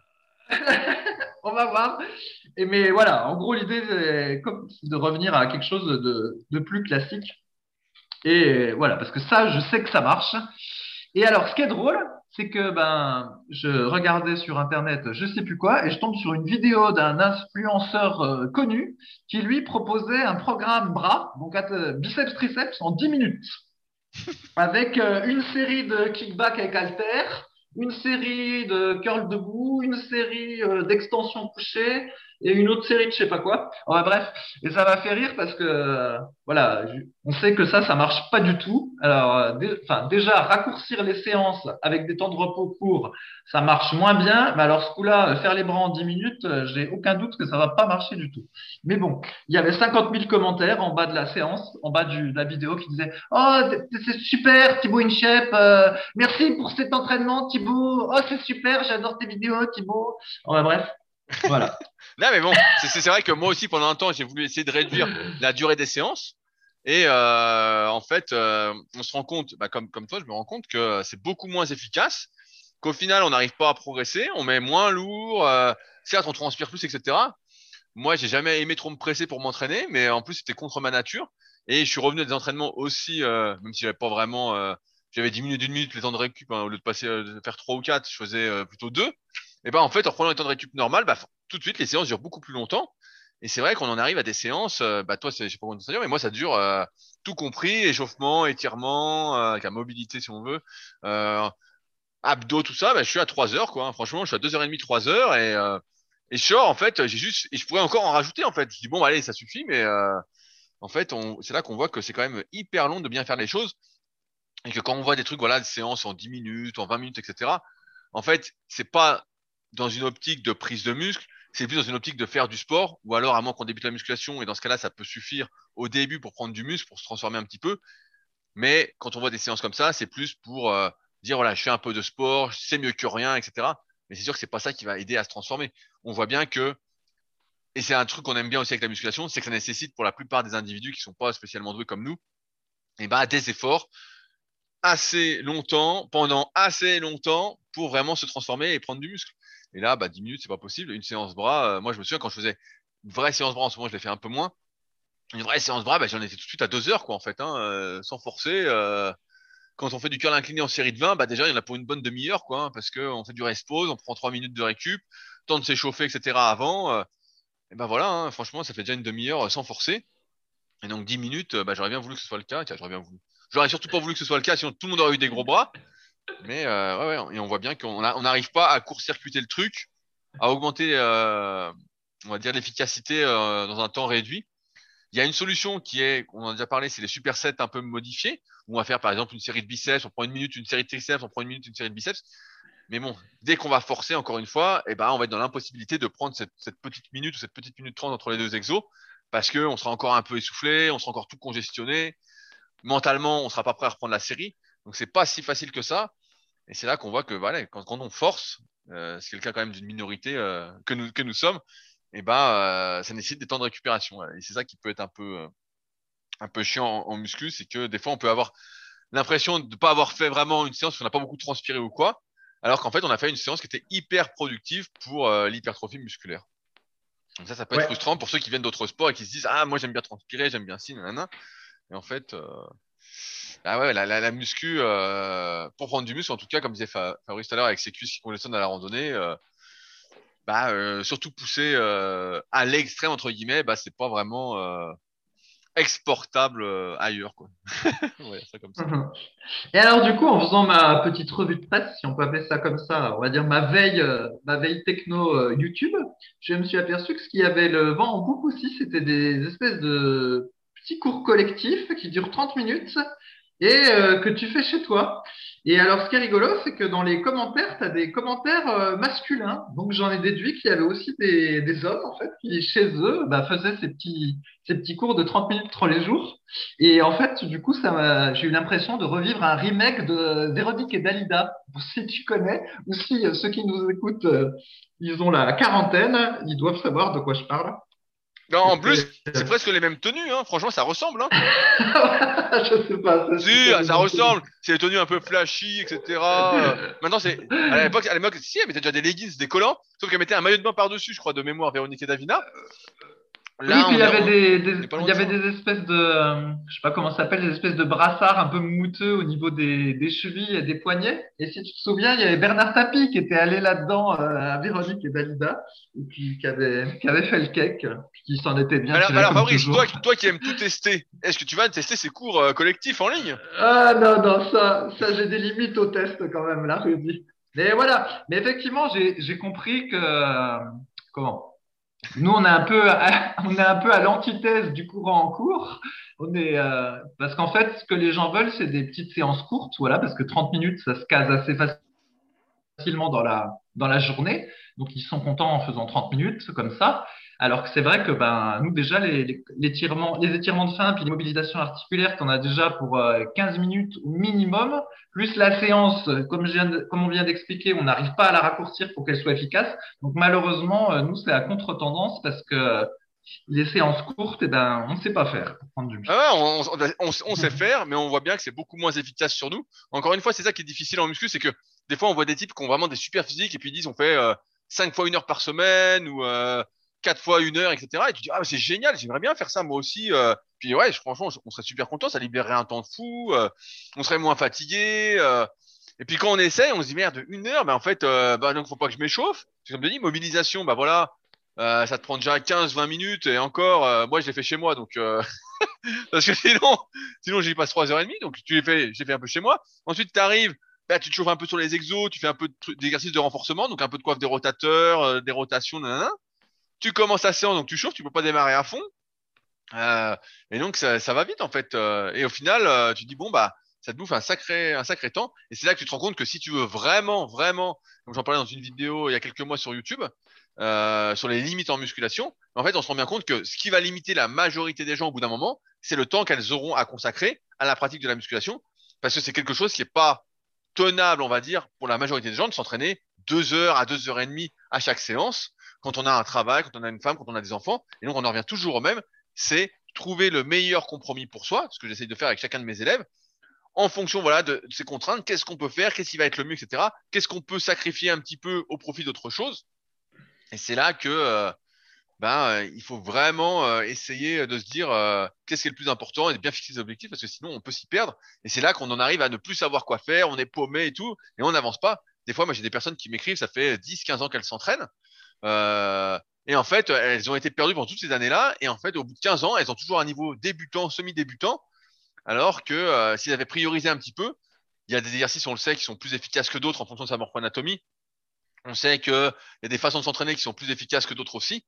on va voir. Et mais voilà, en gros, l'idée, c'est comme de revenir à quelque chose de, de plus classique. Et voilà, parce que ça, je sais que ça marche. Et alors, ce qui est drôle, c'est que ben, je regardais sur Internet, je sais plus quoi, et je tombe sur une vidéo d'un influenceur euh, connu qui lui proposait un programme bras, donc euh, biceps triceps en dix minutes, avec euh, une série de kickback avec halter, une série de curl debout, une série euh, d'extension couchée et une autre série de je sais pas quoi. Enfin, bref, et ça m'a fait rire parce que euh, voilà, je- on sait que ça, ça marche pas du tout. Alors, euh, dé- enfin, déjà raccourcir les séances avec des temps de repos courts, ça marche moins bien. Mais alors ce coup-là, euh, faire les bras en dix minutes, euh, j'ai aucun doute que ça va pas marcher du tout. Mais bon, il y avait cinquante mille commentaires en bas de la séance, en bas du- de la vidéo qui disaient oh, c'est super, Thibaut InShape. Euh, merci pour cet entraînement, Thibaut. Oh, c'est super, j'adore tes vidéos, Thibaut. Ouais, bref, voilà. Là, mais bon, c'est c'est- c'est vrai que moi aussi, pendant un temps, j'ai voulu essayer de réduire la durée des séances. Et euh, en fait, euh, on se rend compte, bah, comme, comme toi, je me rends compte que c'est beaucoup moins efficace, qu'au final, on n'arrive pas à progresser, on met moins lourd, euh, certes, on transpire plus, et cetera. Moi, j'ai jamais aimé trop me presser pour m'entraîner, mais en plus, c'était contre ma nature. Et je suis revenu à des entraînements aussi, euh, même si j'avais pas vraiment, euh, j'avais diminué d'une minute les temps de récup, hein, au lieu de passer, euh, de faire trois ou quatre, je faisais euh, plutôt deux. Et ben en fait, en prenant les temps de récup normal, bah, tout de suite, les séances durent beaucoup plus longtemps. Et c'est vrai qu'on en arrive à des séances, euh, bah toi, c'est, je sais pas comment ça dure, mais moi, ça dure euh, tout compris, échauffement, étirement, euh, avec la mobilité si on veut, euh, abdos, tout ça, bah, je suis à trois heures, quoi. Hein. Franchement, je suis à deux heures et demie, trois heures, et, euh, et je sors, en fait, j'ai juste, et je pourrais encore en rajouter, en fait. Je dis, bon, bah, allez, ça suffit, mais euh, en fait, on, c'est là qu'on voit que c'est quand même hyper long de bien faire les choses, et que quand on voit des trucs, voilà, des séances en dix minutes, en vingt minutes, et cetera, en fait, c'est pas dans une optique de prise de muscle, c'est plus dans une optique de faire du sport, ou alors à moins qu'on débute la musculation, et dans ce cas-là, ça peut suffire au début pour prendre du muscle, pour se transformer un petit peu. Mais quand on voit des séances comme ça, c'est plus pour euh, dire, voilà, je fais un peu de sport, c'est mieux que rien, et cetera. Mais c'est sûr que c'est pas ça qui va aider à se transformer. On voit bien que, et c'est un truc qu'on aime bien aussi avec la musculation, c'est que ça nécessite pour la plupart des individus qui sont pas spécialement doués comme nous, et ben, des efforts assez longtemps, pendant assez longtemps, pour vraiment se transformer et prendre du muscle. Et là, bah, dix minutes, c'est pas possible. Une séance bras, euh, moi, je me souviens quand je faisais une vraie séance bras, en ce moment, je l'ai fait un peu moins. Une vraie séance bras, bah, j'en étais tout de suite à deux heures, quoi, en fait, hein, euh, sans forcer. Euh, quand on fait du curl incliné en série de vingt, bah, déjà, il y en a pour une bonne demi-heure, quoi, hein, parce que on fait du rest pause, on prend trois minutes de récup, temps de s'échauffer, et cetera avant. Euh, et ben voilà, hein, franchement, ça fait déjà une demi-heure euh, sans forcer. Et donc dix minutes, euh, bah, j'aurais bien voulu que ce soit le cas. Tiens, j'aurais bien voulu. J'aurais surtout pas voulu que ce soit le cas, sinon tout le monde aurait eu des gros bras. Mais euh, ouais, ouais, et on voit bien qu'on a- on n'arrive pas à court-circuiter le truc, à augmenter, euh, on va dire, l'efficacité euh, dans un temps réduit. Il y a une solution qui est, on en a déjà parlé, c'est les supersets un peu modifiés, où on va faire par exemple une série de biceps, on prend une minute, une série de triceps, on prend une minute, une série de biceps. Mais bon, dès qu'on va forcer encore une fois, eh ben, on va être dans l'impossibilité de prendre cette, cette petite minute ou cette petite minute trente entre les deux exos, parce que on sera encore un peu essoufflé, on sera encore tout congestionné, mentalement, on sera pas prêt à reprendre la série. Donc c'est pas si facile que ça. Et c'est là qu'on voit que voilà, quand, quand on force, euh, c'est le cas quand même d'une minorité euh, que nous que nous sommes, et ben euh, ça nécessite des temps de récupération. Voilà. Et c'est ça qui peut être un peu euh, un peu chiant en, en muscu, c'est que des fois on peut avoir l'impression de ne pas avoir fait vraiment une séance, qu'on n'a pas beaucoup transpiré ou quoi, alors qu'en fait on a fait une séance qui était hyper productive pour euh, l'hypertrophie musculaire. Donc ça, ça peut être Ouais. frustrant pour ceux qui viennent d'autres sports et qui se disent ah moi j'aime bien transpirer, j'aime bien ci, nanana. Et en fait, euh, ah ouais, la, la, la muscu, euh, pour prendre du muscle, en tout cas, comme disait Fa- Fabrice tout à l'heure, avec ses cuisses qui conditionnent à la randonnée, euh, bah, euh, surtout poussé euh, à l'extrême, entre guillemets, bah, c'est pas vraiment euh, exportable euh, ailleurs, quoi. Ouais, ça comme ça. Mhm. Et alors, du coup, en faisant ma petite revue de presse, si on peut appeler ça comme ça, on va dire ma veille, euh, ma veille techno euh, YouTube, je me suis aperçu que ce qui avait le vent en poupe aussi, c'était des espèces de petits cours collectifs qui durent trente minutes et euh, que tu fais chez toi. Et alors, ce qui est rigolo, c'est que dans les commentaires, tu as des commentaires euh, masculins. Donc, j'en ai déduit qu'il y avait aussi des, des hommes, en fait, qui, chez eux, bah, faisaient ces petits, ces petits cours de trente minutes tous les jours. Et en fait, du coup, ça m'a, j'ai eu l'impression de revivre un remake de Véronique et Dalida. Si tu connais, ou si euh, ceux qui nous écoutent, euh, ils ont la quarantaine, ils doivent savoir de quoi je parle. Non, en plus, C'était, c'est presque les mêmes tenues, hein. Franchement, ça ressemble, hein. je sais pas, ça, je Si, suis pas ah, des ça mêmes ressemble. C'est les tenues un peu flashy, et cetera. Euh, maintenant, c'est à l'époque, à l'époque, si, elle mettait déjà des leggings, des collants, sauf qu'elle mettait un maillot de bain par-dessus, je crois, de mémoire, Véronique et Davina. Oui, Là, puis il on y est, avait on, des, on des- est pas il loin y de avait ça. Hein. des espèces de, euh, je sais pas comment ça s'appelle, des espèces de brassards un peu mouteux au niveau des, des chevilles et des poignets. Et si tu te souviens, il y avait Bernard Tapie qui était allé là-dedans euh, à Véronique et Dalida, et puis qui avait, qui avait fait le cake, puis qui s'en était bien Alors, tiré alors comme Fabrice, toi, toujours. toi qui aimes tout tester, est-ce que tu vas tester ces cours euh, collectifs en ligne? Ah non, non, ça, ça j'ai des limites au test quand même là, Rudy. Mais voilà, mais effectivement, j'ai, j'ai compris que, euh, comment? Nous, on est un peu, à, on est un peu à l'antithèse du courant en cours. On est, euh, parce qu'en fait, ce que les gens veulent, c'est des petites séances courtes, voilà, parce que trente minutes, ça se case assez facilement dans la, dans la journée. Donc, ils sont contents en faisant trente minutes, comme ça. Alors que c'est vrai que, ben, nous, déjà, les, les, les étirements, les étirements de faim, puis les mobilisations articulaires qu'on a déjà pour euh, quinze minutes au minimum, plus la séance, euh, comme je viens de- comme on vient d'expliquer, on n'arrive pas à la raccourcir pour qu'elle soit efficace. Donc, malheureusement, euh, nous, c'est à contre-tendance parce que les séances courtes, eh ben, on ne sait pas faire pour prendre du muscle. Ah ouais, on, on, on- on sait faire, mais on voit bien que c'est beaucoup moins efficace sur nous. Encore une fois, c'est ça qui est difficile en muscu, c'est que des fois, on voit des types qui ont vraiment des super physiques et puis ils disent on fait euh, cinq fois une heure par semaine ou euh, quatre fois une heure, et cetera. Et tu dis ah mais c'est génial, j'aimerais bien faire ça moi aussi. euh. Puis ouais, je- franchement, on serait super content, ça libérerait un temps de fou, euh, on serait moins fatigué. euh. Et puis quand on essaye, on se dit merde, une heure, mais en fait, euh, bah donc faut pas que je m'échauffe. C'est comme Denis, mobilisation, bah voilà. euh, ça te prend déjà quinze vingt minutes et encore, euh, moi je l'ai fait chez moi, donc euh, parce que sinon, sinon j'y passe trois heures et demie, donc tu les fais, j'ai fait un peu chez moi. Ensuite, tu arrives, bah, tu te chauffes un peu sur les exos, tu fais un peu de tru- d'exercices de renforcement, donc un peu de coiffe des rotateurs, euh, des rotations, nanana. Tu commences ta séance, donc tu chauffes, tu peux pas démarrer à fond. Euh, et donc ça, ça va vite en fait. Euh, et au final, euh, tu dis bon bah ça te bouffe un sacré, un sacré temps. Et c'est là que tu te rends compte que si tu veux vraiment, vraiment, comme j'en parlais dans une vidéo il y a quelques mois sur YouTube, euh, sur les limites en musculation, en fait on se rend bien compte que ce qui va limiter la majorité des gens au bout d'un moment, c'est le temps qu'elles auront à consacrer à la pratique de la musculation, parce que c'est quelque chose qui est pas tenable, on va dire, pour la majorité des gens de s'entraîner deux heures à deux heures et demie à chaque séance, quand on a un travail, quand on a une femme, quand on a des enfants. Et donc on en revient toujours au même, c'est trouver le meilleur compromis pour soi, ce que j'essaye de faire avec chacun de mes élèves, en fonction voilà de, de ces contraintes, qu'est-ce qu'on peut faire, qu'est-ce qui va être le mieux, et cetera. Qu'est-ce qu'on peut sacrifier un petit peu au profit d'autre chose. Et c'est là que euh, ben euh, il faut vraiment euh, essayer de se dire euh, qu'est-ce qui est le plus important et de bien fixer ses objectifs parce que sinon on peut s'y perdre. Et c'est là qu'on en arrive à ne plus savoir quoi faire, on est paumé et tout, et on n'avance pas. Des fois, moi j'ai des personnes qui m'écrivent, ça fait dix quinze ans qu'elles s'entraînent. Euh, et en fait, elles ont été perdues pendant toutes ces années-là. Et en fait, au bout de quinze ans, elles ont toujours un niveau débutant, semi-débutant. Alors que euh, s'ils avaient priorisé un petit peu, il y a des exercices, on le sait, qui sont plus efficaces que d'autres en fonction de sa morpho-anatomie. On sait qu'il y a des façons de s'entraîner qui sont plus efficaces que d'autres aussi.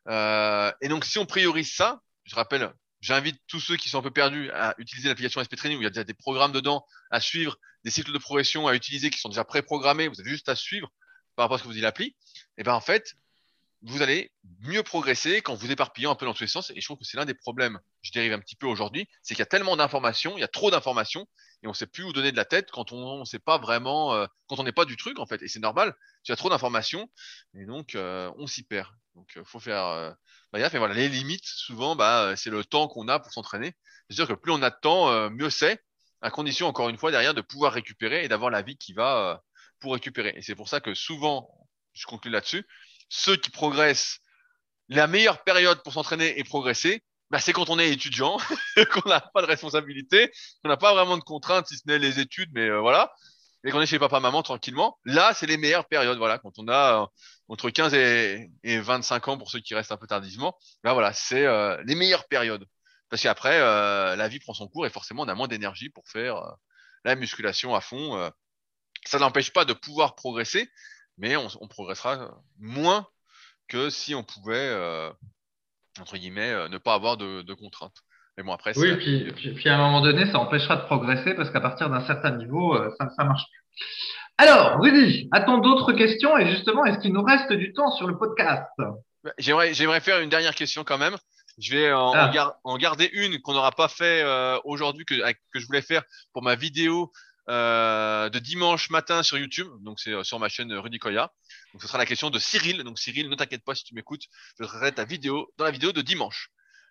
Euh, et donc, si on priorise ça, je rappelle, j'invite tous ceux qui sont un peu perdus à utiliser l'application S P Training où il y a déjà des programmes dedans à suivre, des cycles de progression à utiliser qui sont déjà préprogrammés. Vous avez juste à suivre par rapport à ce que vous dit l'appli. Et ben en fait, vous allez mieux progresser quand vous éparpillez un peu dans tous les sens. Et je trouve que c'est l'un des problèmes, je dérive un petit peu aujourd'hui, c'est qu'il y a tellement d'informations, il y a trop d'informations, et on ne sait plus où donner de la tête quand on ne sait pas vraiment, euh, quand on n'est pas du truc en fait. Et c'est normal, il y a trop d'informations, et donc euh, on s'y perd. Donc il faut faire euh, bah, gaffe. Et voilà, les limites, souvent, bah, euh, c'est le temps qu'on a pour s'entraîner. C'est-à-dire que plus on a de temps, euh, mieux c'est, à condition, encore une fois, derrière, de pouvoir récupérer et d'avoir la vie qui va euh, pour récupérer. Et c'est pour ça que souvent, je conclue là-dessus, ceux qui progressent, la meilleure période pour s'entraîner et progresser, bah, c'est quand on est étudiant, qu'on n'a pas de responsabilité, qu'on n'a pas vraiment de contraintes, si ce n'est les études, mais euh, voilà, et qu'on est chez papa-maman tranquillement. Là, c'est les meilleures périodes, voilà, quand on a euh, entre quinze et, et vingt-cinq ans pour ceux qui restent un peu tardivement. Là, voilà, c'est euh, les meilleures périodes. Parce qu'après, euh, la vie prend son cours et forcément, on a moins d'énergie pour faire euh, la musculation à fond. Euh. Ça n'empêche pas de pouvoir progresser, mais on, on progressera moins que si on pouvait, euh, entre guillemets, euh, ne pas avoir de, de contraintes. Mais bon, après, c'est Oui, la vie. puis, euh. puis, puis à un moment donné, ça empêchera de progresser parce qu'à partir d'un certain niveau, euh, ça, ça marche plus. Alors, Rudy, a-t-on d'autres questions? Et justement, est-ce qu'il nous reste du temps sur le podcast? Ouais, J'aimerais, j'aimerais faire une dernière question quand même. Je vais en, en, Ah, gar- en garder une qu'on n'aura pas fait euh, aujourd'hui, que, avec- que je voulais faire pour ma vidéo euh, de dimanche matin sur YouTube. Donc, c'est euh, sur ma chaîne euh, Rudy Koya. Donc, ce sera la question de Cyril. Donc, Cyril, ne t'inquiète pas si tu m'écoutes. Je ferai ta vidéo dans la vidéo de dimanche.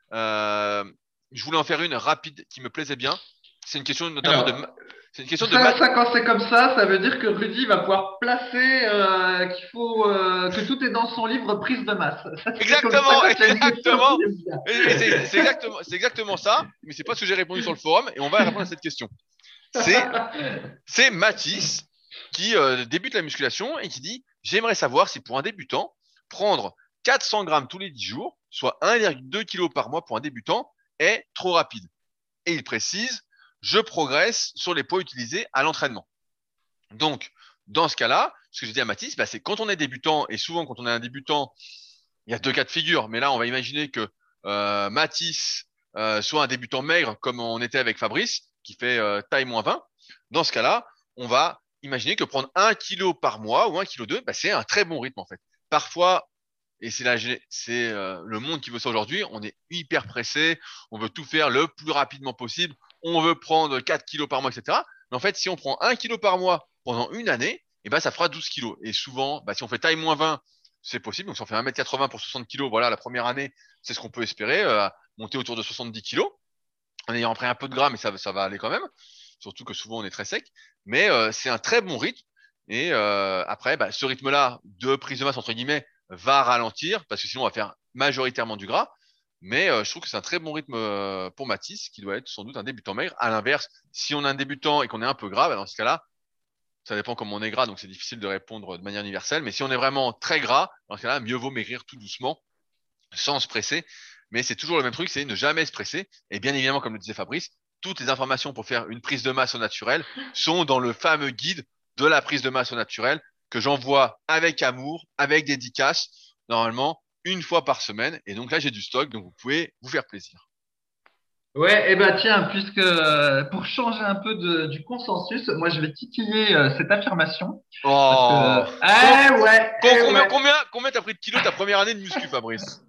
Euh, je voulais en faire une rapide qui me plaisait bien. C'est une question notamment de, alors, ma- c'est une question de ça, maths. ça, quand c'est comme ça, ça veut dire que Rudy va pouvoir placer euh, qu'il faut euh, que tout est dans son livre prise de masse. Ça, c'est comme ça Exactement, quand il y a une question exactement. qu'il aime bien. Et, et c'est c'est exactement, c'est exactement ça, mais c'est pas ce que j'ai répondu sur le forum, et on va répondre à cette question. C'est, c'est Mathis qui euh, débute la musculation et qui dit, j'aimerais savoir si pour un débutant, prendre quatre cents grammes tous les dix jours, soit un virgule deux kilos par mois pour un débutant, est trop rapide. Et il précise, je progresse sur les poids utilisés à l'entraînement. Donc, dans ce cas-là, ce que j'ai dit à Mathis, bah, c'est quand on est débutant, et souvent quand on est un débutant, il y a deux cas de figure, mais là, on va imaginer que euh, Mathis euh, soit un débutant maigre, comme on était avec Fabrice, qui fait euh, taille moins vingt. Dans ce cas-là, on va imaginer que prendre un kilo par mois ou un kilo deux, bah, c'est un très bon rythme en fait. Parfois, et c'est la, c'est euh, le monde qui veut ça aujourd'hui, on est hyper pressé, on veut tout faire le plus rapidement possible, on veut prendre quatre kilos par mois, et cetera. Mais en fait, si on prend un kilo par mois pendant une année, eh ben, ça fera douze kilos. Et souvent, bah, si on fait taille moins vingt, c'est possible. Donc, si on fait un mètre quatre-vingts pour soixante kilos, voilà, la première année, c'est ce qu'on peut espérer, euh, monter autour de soixante-dix kilos, en ayant pris un peu de gras, mais ça, ça va aller quand même. Surtout que souvent, on est très sec. Mais euh, c'est un très bon rythme. Et euh, après, bah, ce rythme-là de prise de masse, entre guillemets, va ralentir, parce que sinon, on va faire majoritairement du gras. Mais euh, je trouve que c'est un très bon rythme euh, pour Mathis, qui doit être sans doute un débutant maigre. À l'inverse, si on a un débutant et qu'on est un peu gras, bah, dans ce cas-là, ça dépend comment on est gras, donc c'est difficile de répondre de manière universelle. Mais si on est vraiment très gras, dans ce cas-là, mieux vaut maigrir tout doucement sans se presser. Mais c'est toujours le même truc, c'est ne jamais se presser. Et bien évidemment, comme le disait Fabrice, toutes les informations pour faire une prise de masse au naturel sont dans le fameux guide de la prise de masse au naturel que j'envoie avec amour, avec dédicace, normalement une fois par semaine. Et donc là, j'ai du stock, donc vous pouvez vous faire plaisir. Ouais, et ben tiens, puisque euh, pour changer un peu de, du consensus, moi je vais titiller euh, cette affirmation parce que Oh! Com- eh ouais, com- eh combien, ouais. combien, combien t'as pris de kilos ta première année de muscu, Fabrice?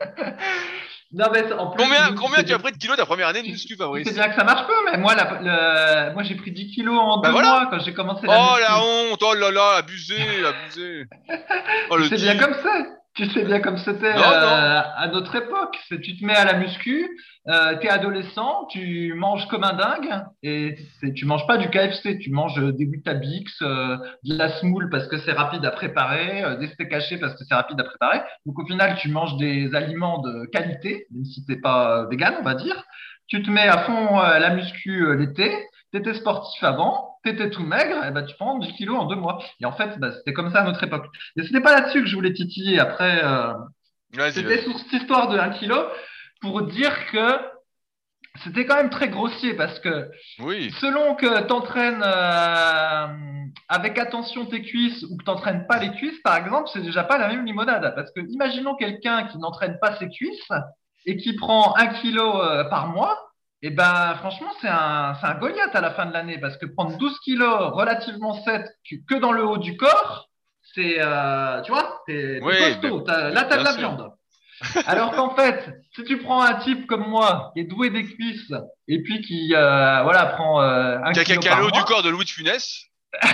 Non mais en plus, Combien, nous, tu combien sais tu as bien, pris de kilos ta première année de tu, muscu, tu sais Fabrice? bien que ça marche pas, mais moi, la, le- moi j'ai pris dix kilos en Bah deux voilà! mois quand j'ai commencé la Oh la muscu. honte! Oh là là, abusé, abusé! Oh Tu le sais bien type! comme ça. Tu sais bien comme c'était Non, non! euh, à notre époque. C'est tu te mets à la muscu, euh, t'es adolescent, tu manges comme un dingue et c'est- tu manges pas du K F C, tu manges des Weetabix, euh, de la semoule parce que c'est rapide à préparer, euh, des steaks hachés parce que c'est rapide à préparer. Donc au final, tu manges des aliments de qualité, même si t'es pas euh, vegan, on va dire. Tu te mets à fond euh, la muscu euh, l'été. T'étais sportif avant, t'étais tout maigre, et ben tu prends dix kilos en deux mois. Et en fait, bah, c'était comme ça à notre époque. Mais ce n'est pas là-dessus que je voulais titiller. Après, euh, Vas-y, c'était vas-y. sur cette histoire de un kilo pour dire que c'était quand même très grossier parce que Oui, selon que tu entraînes euh, avec attention tes cuisses ou que tu n'entraînes pas les cuisses, par exemple, c'est déjà pas la même limonade. Parce que imaginons quelqu'un qui n'entraîne pas ses cuisses et qui prend un kilo euh, par mois. Et ben, franchement, c'est un, c'est un Goliath à la fin de l'année parce que prendre douze kilos relativement sec que dans le haut du corps, c'est, euh, tu vois, t'es, t'es oui, bien, costaud. T'as- là, t'as de bien la sûr. viande. Alors qu'en fait, si tu prends un type comme moi qui est doué des cuisses et puis qui euh, voilà prend euh, un Qui a, qui a- kilo qui a le par haut du mois, corps de Louis de Funès,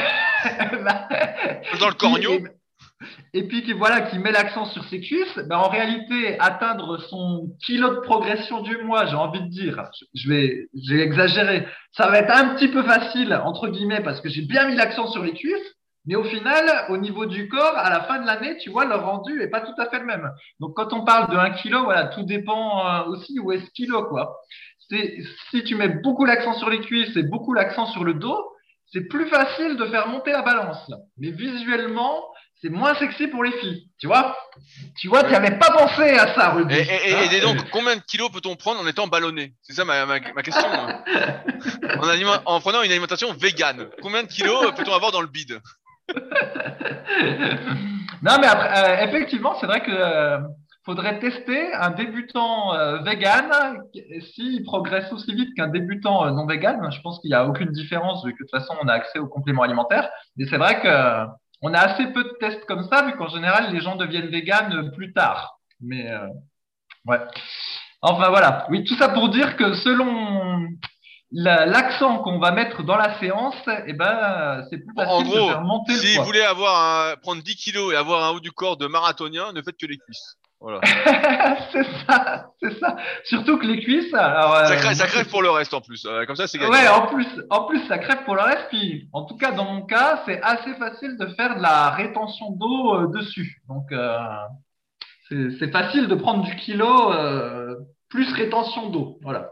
bah, dans le qui et, corneau. et puis qui voilà qui met l'accent sur ses cuisses, bah, en réalité atteindre son kilo de progression du mois, j'ai envie de dire, je vais j'ai exagéré, ça va être un petit peu facile entre guillemets parce que j'ai bien mis l'accent sur les cuisses. Mais au final, au niveau du corps, à la fin de l'année, tu vois, le rendu est pas tout à fait le même. Donc, quand on parle de un kilo, voilà, tout dépend euh, aussi où est ce kilo, quoi. C'est, si tu mets beaucoup l'accent sur les cuisses et beaucoup l'accent sur le dos, c'est plus facile de faire monter la balance. Mais visuellement, c'est moins sexy pour les filles. Tu vois? Tu vois, tu Oui. n'avais pas pensé à ça, Et, Rudy. et, et, Hein. et donc, combien de kilos peut-on prendre en étant ballonné? C'est ça ma, ma, ma question. Hein. En, aliment- en prenant une alimentation végane. Combien de kilos peut-on avoir dans le bide? Non, mais après, euh, effectivement, c'est vrai que euh, faudrait tester un débutant euh, vegan s'il progresse aussi vite qu'un débutant euh, non vegan. Je pense qu'il n'y a aucune différence vu que de toute façon on a accès aux compléments alimentaires. Mais c'est vrai que euh, on a assez peu de tests comme ça vu qu'en général les gens deviennent véganes plus tard. Mais euh, ouais. Enfin voilà. Oui, tout ça pour dire que selon la- l'accent qu'on va mettre dans la séance, eh ben, c'est plus En, en facile de gros, faire monter le si vous poids. voulez avoir un, prendre dix kilos et avoir un haut du corps de marathonien, ne faites que les cuisses. Voilà. C'est ça, c'est ça. Surtout que les cuisses, alors Ça euh, crève, ça moi c'est crève pour le reste en plus. Euh, comme ça, c'est gagné. ouais, Hein. en plus, en plus ça crève pour le reste. Puis, en tout cas, dans mon cas, c'est assez facile de faire de la rétention d'eau euh, dessus. Donc, euh, c'est c'est facile de prendre du kilo euh, plus rétention d'eau. Voilà.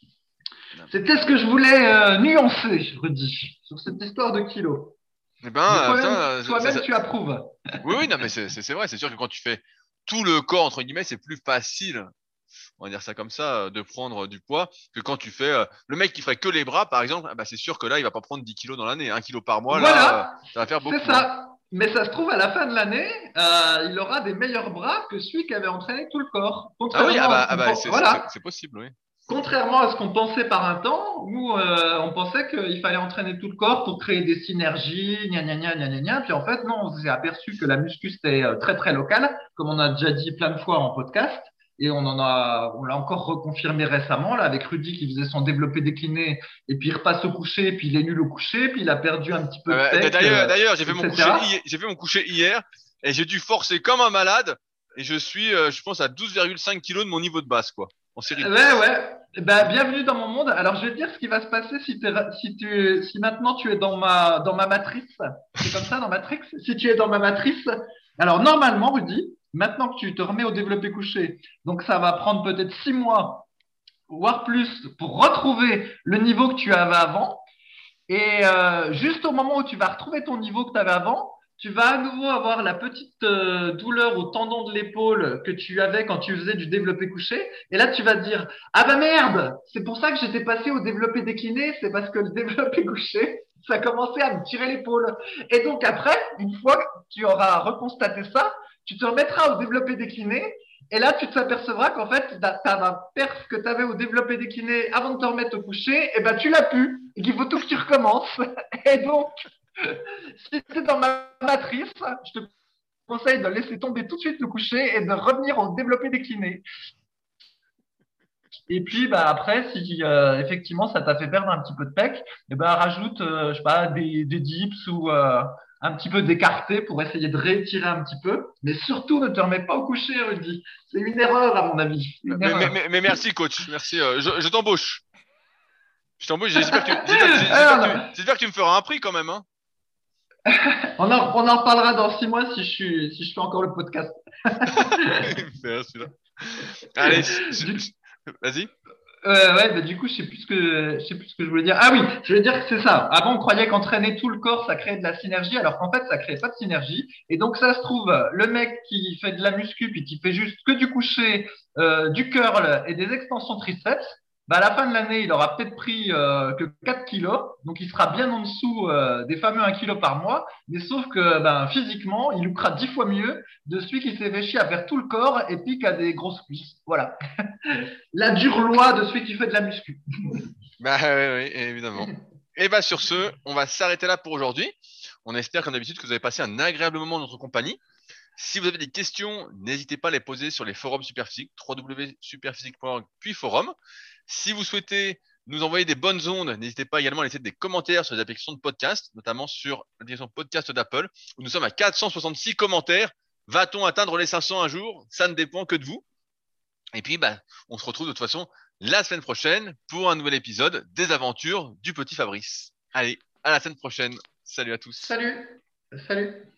C'était ce que je voulais euh, nuancer, Rudy, sur cette histoire de kilo. Eh Mais ben, euh, toi-même, putain, ça, ça- toi-même, ça- tu approuves. oui, oui, non, mais c'est c'est- c'est vrai. C'est sûr que quand tu fais tout le corps, entre guillemets, c'est plus facile, on va dire ça comme ça, euh, de prendre du poids que quand tu fais, euh, le mec qui ferait que les bras, par exemple, ah bah, c'est sûr que là, il va pas prendre dix kilos dans l'année. Un kilo par mois, là, euh, Voilà, ça va faire c'est beaucoup, hein. ça. Mais ça se trouve, à la fin de l'année, euh, il aura des meilleurs bras que celui qui avait entraîné tout le corps. Ah oui, ah Contrairement à bah, ce ah qu'on bah, pen- c'est c'est- c'est- voilà. c'est possible, oui. Contrairement à ce qu'on pensait par un temps, où euh, on pensait qu'il fallait entraîner tout le corps pour créer des synergies, gna gna gna gna gna gna. Puis en fait, non, on s'est aperçu que la muscu c'était euh, très très local, comme on a déjà dit plein de fois en podcast. Et on en a, on l'a encore reconfirmé récemment là avec Rudy qui faisait son développé décliné et puis il repasse au coucher, puis il est nul au coucher, puis il a perdu un petit peu Ah de bah, d- pec, d'ailleurs, euh, d'ailleurs, j'ai fait mon coucher, et cetera. hi- j'ai fait mon coucher hier et j'ai dû forcer comme un malade et je suis, euh, je pense, à douze virgule cinq kilos de mon niveau de base, quoi, en série de Ouais, dix. ouais. Ben, bienvenue dans mon monde. Alors, je vais te dire ce qui va se passer si, t'es ra- si, tu, si maintenant tu es dans ma, dans ma matrice. C'est comme ça, dans Matrix. Si tu es dans ma matrice. Alors, normalement, Rudy, maintenant que tu te remets au développé couché, donc ça va prendre peut-être six mois, voire plus, pour retrouver le niveau que tu avais avant. Et euh, juste au moment où tu vas retrouver ton niveau que tu avais avant, tu vas à nouveau avoir la petite euh, douleur au tendon de l'épaule que tu avais quand tu faisais du développé couché. Et là, tu vas te dire, ah bah merde, c'est pour ça que j'étais passé au développé décliné, c'est parce que le développé couché, ça commençait à me tirer l'épaule. Et donc après, une fois que tu auras reconstaté ça, tu te remettras au développé décliné. Et là, tu t'apercevras qu'en fait, ta, ta perf que tu avais au développé décliné avant de te remettre au coucher, eh ben, tu l'as pu. Et qu'il faut tout que tu recommences. Et donc, si tu es dans ma matrice, je te conseille de laisser tomber tout de suite le coucher et de revenir au développé décliné. Et puis, bah, après, si euh, effectivement ça t'a fait perdre un petit peu de pec, eh ben, rajoute, euh, je sais pas, des, des dips ou euh, un petit peu d'écarté pour essayer de réétirer un petit peu. Mais surtout, ne te remets pas au coucher, Rudy. C'est une erreur, à mon avis. Une Mais, mais, erreur. mais, mais merci, coach. Merci. euh, je je t'embauche. Je t'embauche. J'espère que, tu- j'espère que, tu- j'espère que, tu- Alors, j'espère que tu me feras un prix quand même, hein. on en, on en reparlera dans six mois si je suis, si je fais encore le podcast. Merci, là. Allez, je- Du, je- vas-y. Euh, ouais, bah, du coup, je sais plus ce que, je sais plus ce que je voulais dire. Ah oui, je voulais dire que c'est ça. Avant, on croyait qu'entraîner tout le corps, ça créait de la synergie, alors qu'en fait, ça crée pas de synergie. Et donc, ça se trouve, le mec qui fait de la muscu puis qui fait juste que du coucher, euh, du curl et des extensions triceps, bah, à la fin de l'année, il aura peut-être pris euh, que quatre kilos, donc il sera bien en dessous euh, des fameux un kilo par mois. Mais sauf que, ben, physiquement, il lookera dix fois mieux de celui qui s'est fait chier à faire tout le corps et puis qui a des grosses cuisses. Voilà. La dure loi de celui qui fait de la muscu. Bah oui, oui, évidemment. Et bah sur ce, on va s'arrêter là pour aujourd'hui. On espère comme d'habitude que vous avez passé un agréable moment en notre compagnie. Si vous avez des questions, n'hésitez pas à les poser sur les forums Superphysique, w w w point superphysique point org, puis forum. Si vous souhaitez nous envoyer des bonnes ondes, n'hésitez pas également à laisser des commentaires sur les applications de podcast, notamment sur l'application podcast d'Apple, où nous sommes à quatre cent soixante-six commentaires. Va-t-on atteindre les cinq cents un jour? Ça ne dépend que de vous. Et puis, bah, on se retrouve de toute façon la semaine prochaine pour un nouvel épisode des aventures du petit Fabrice. Allez, à la semaine prochaine. Salut à tous. Salut. Salut.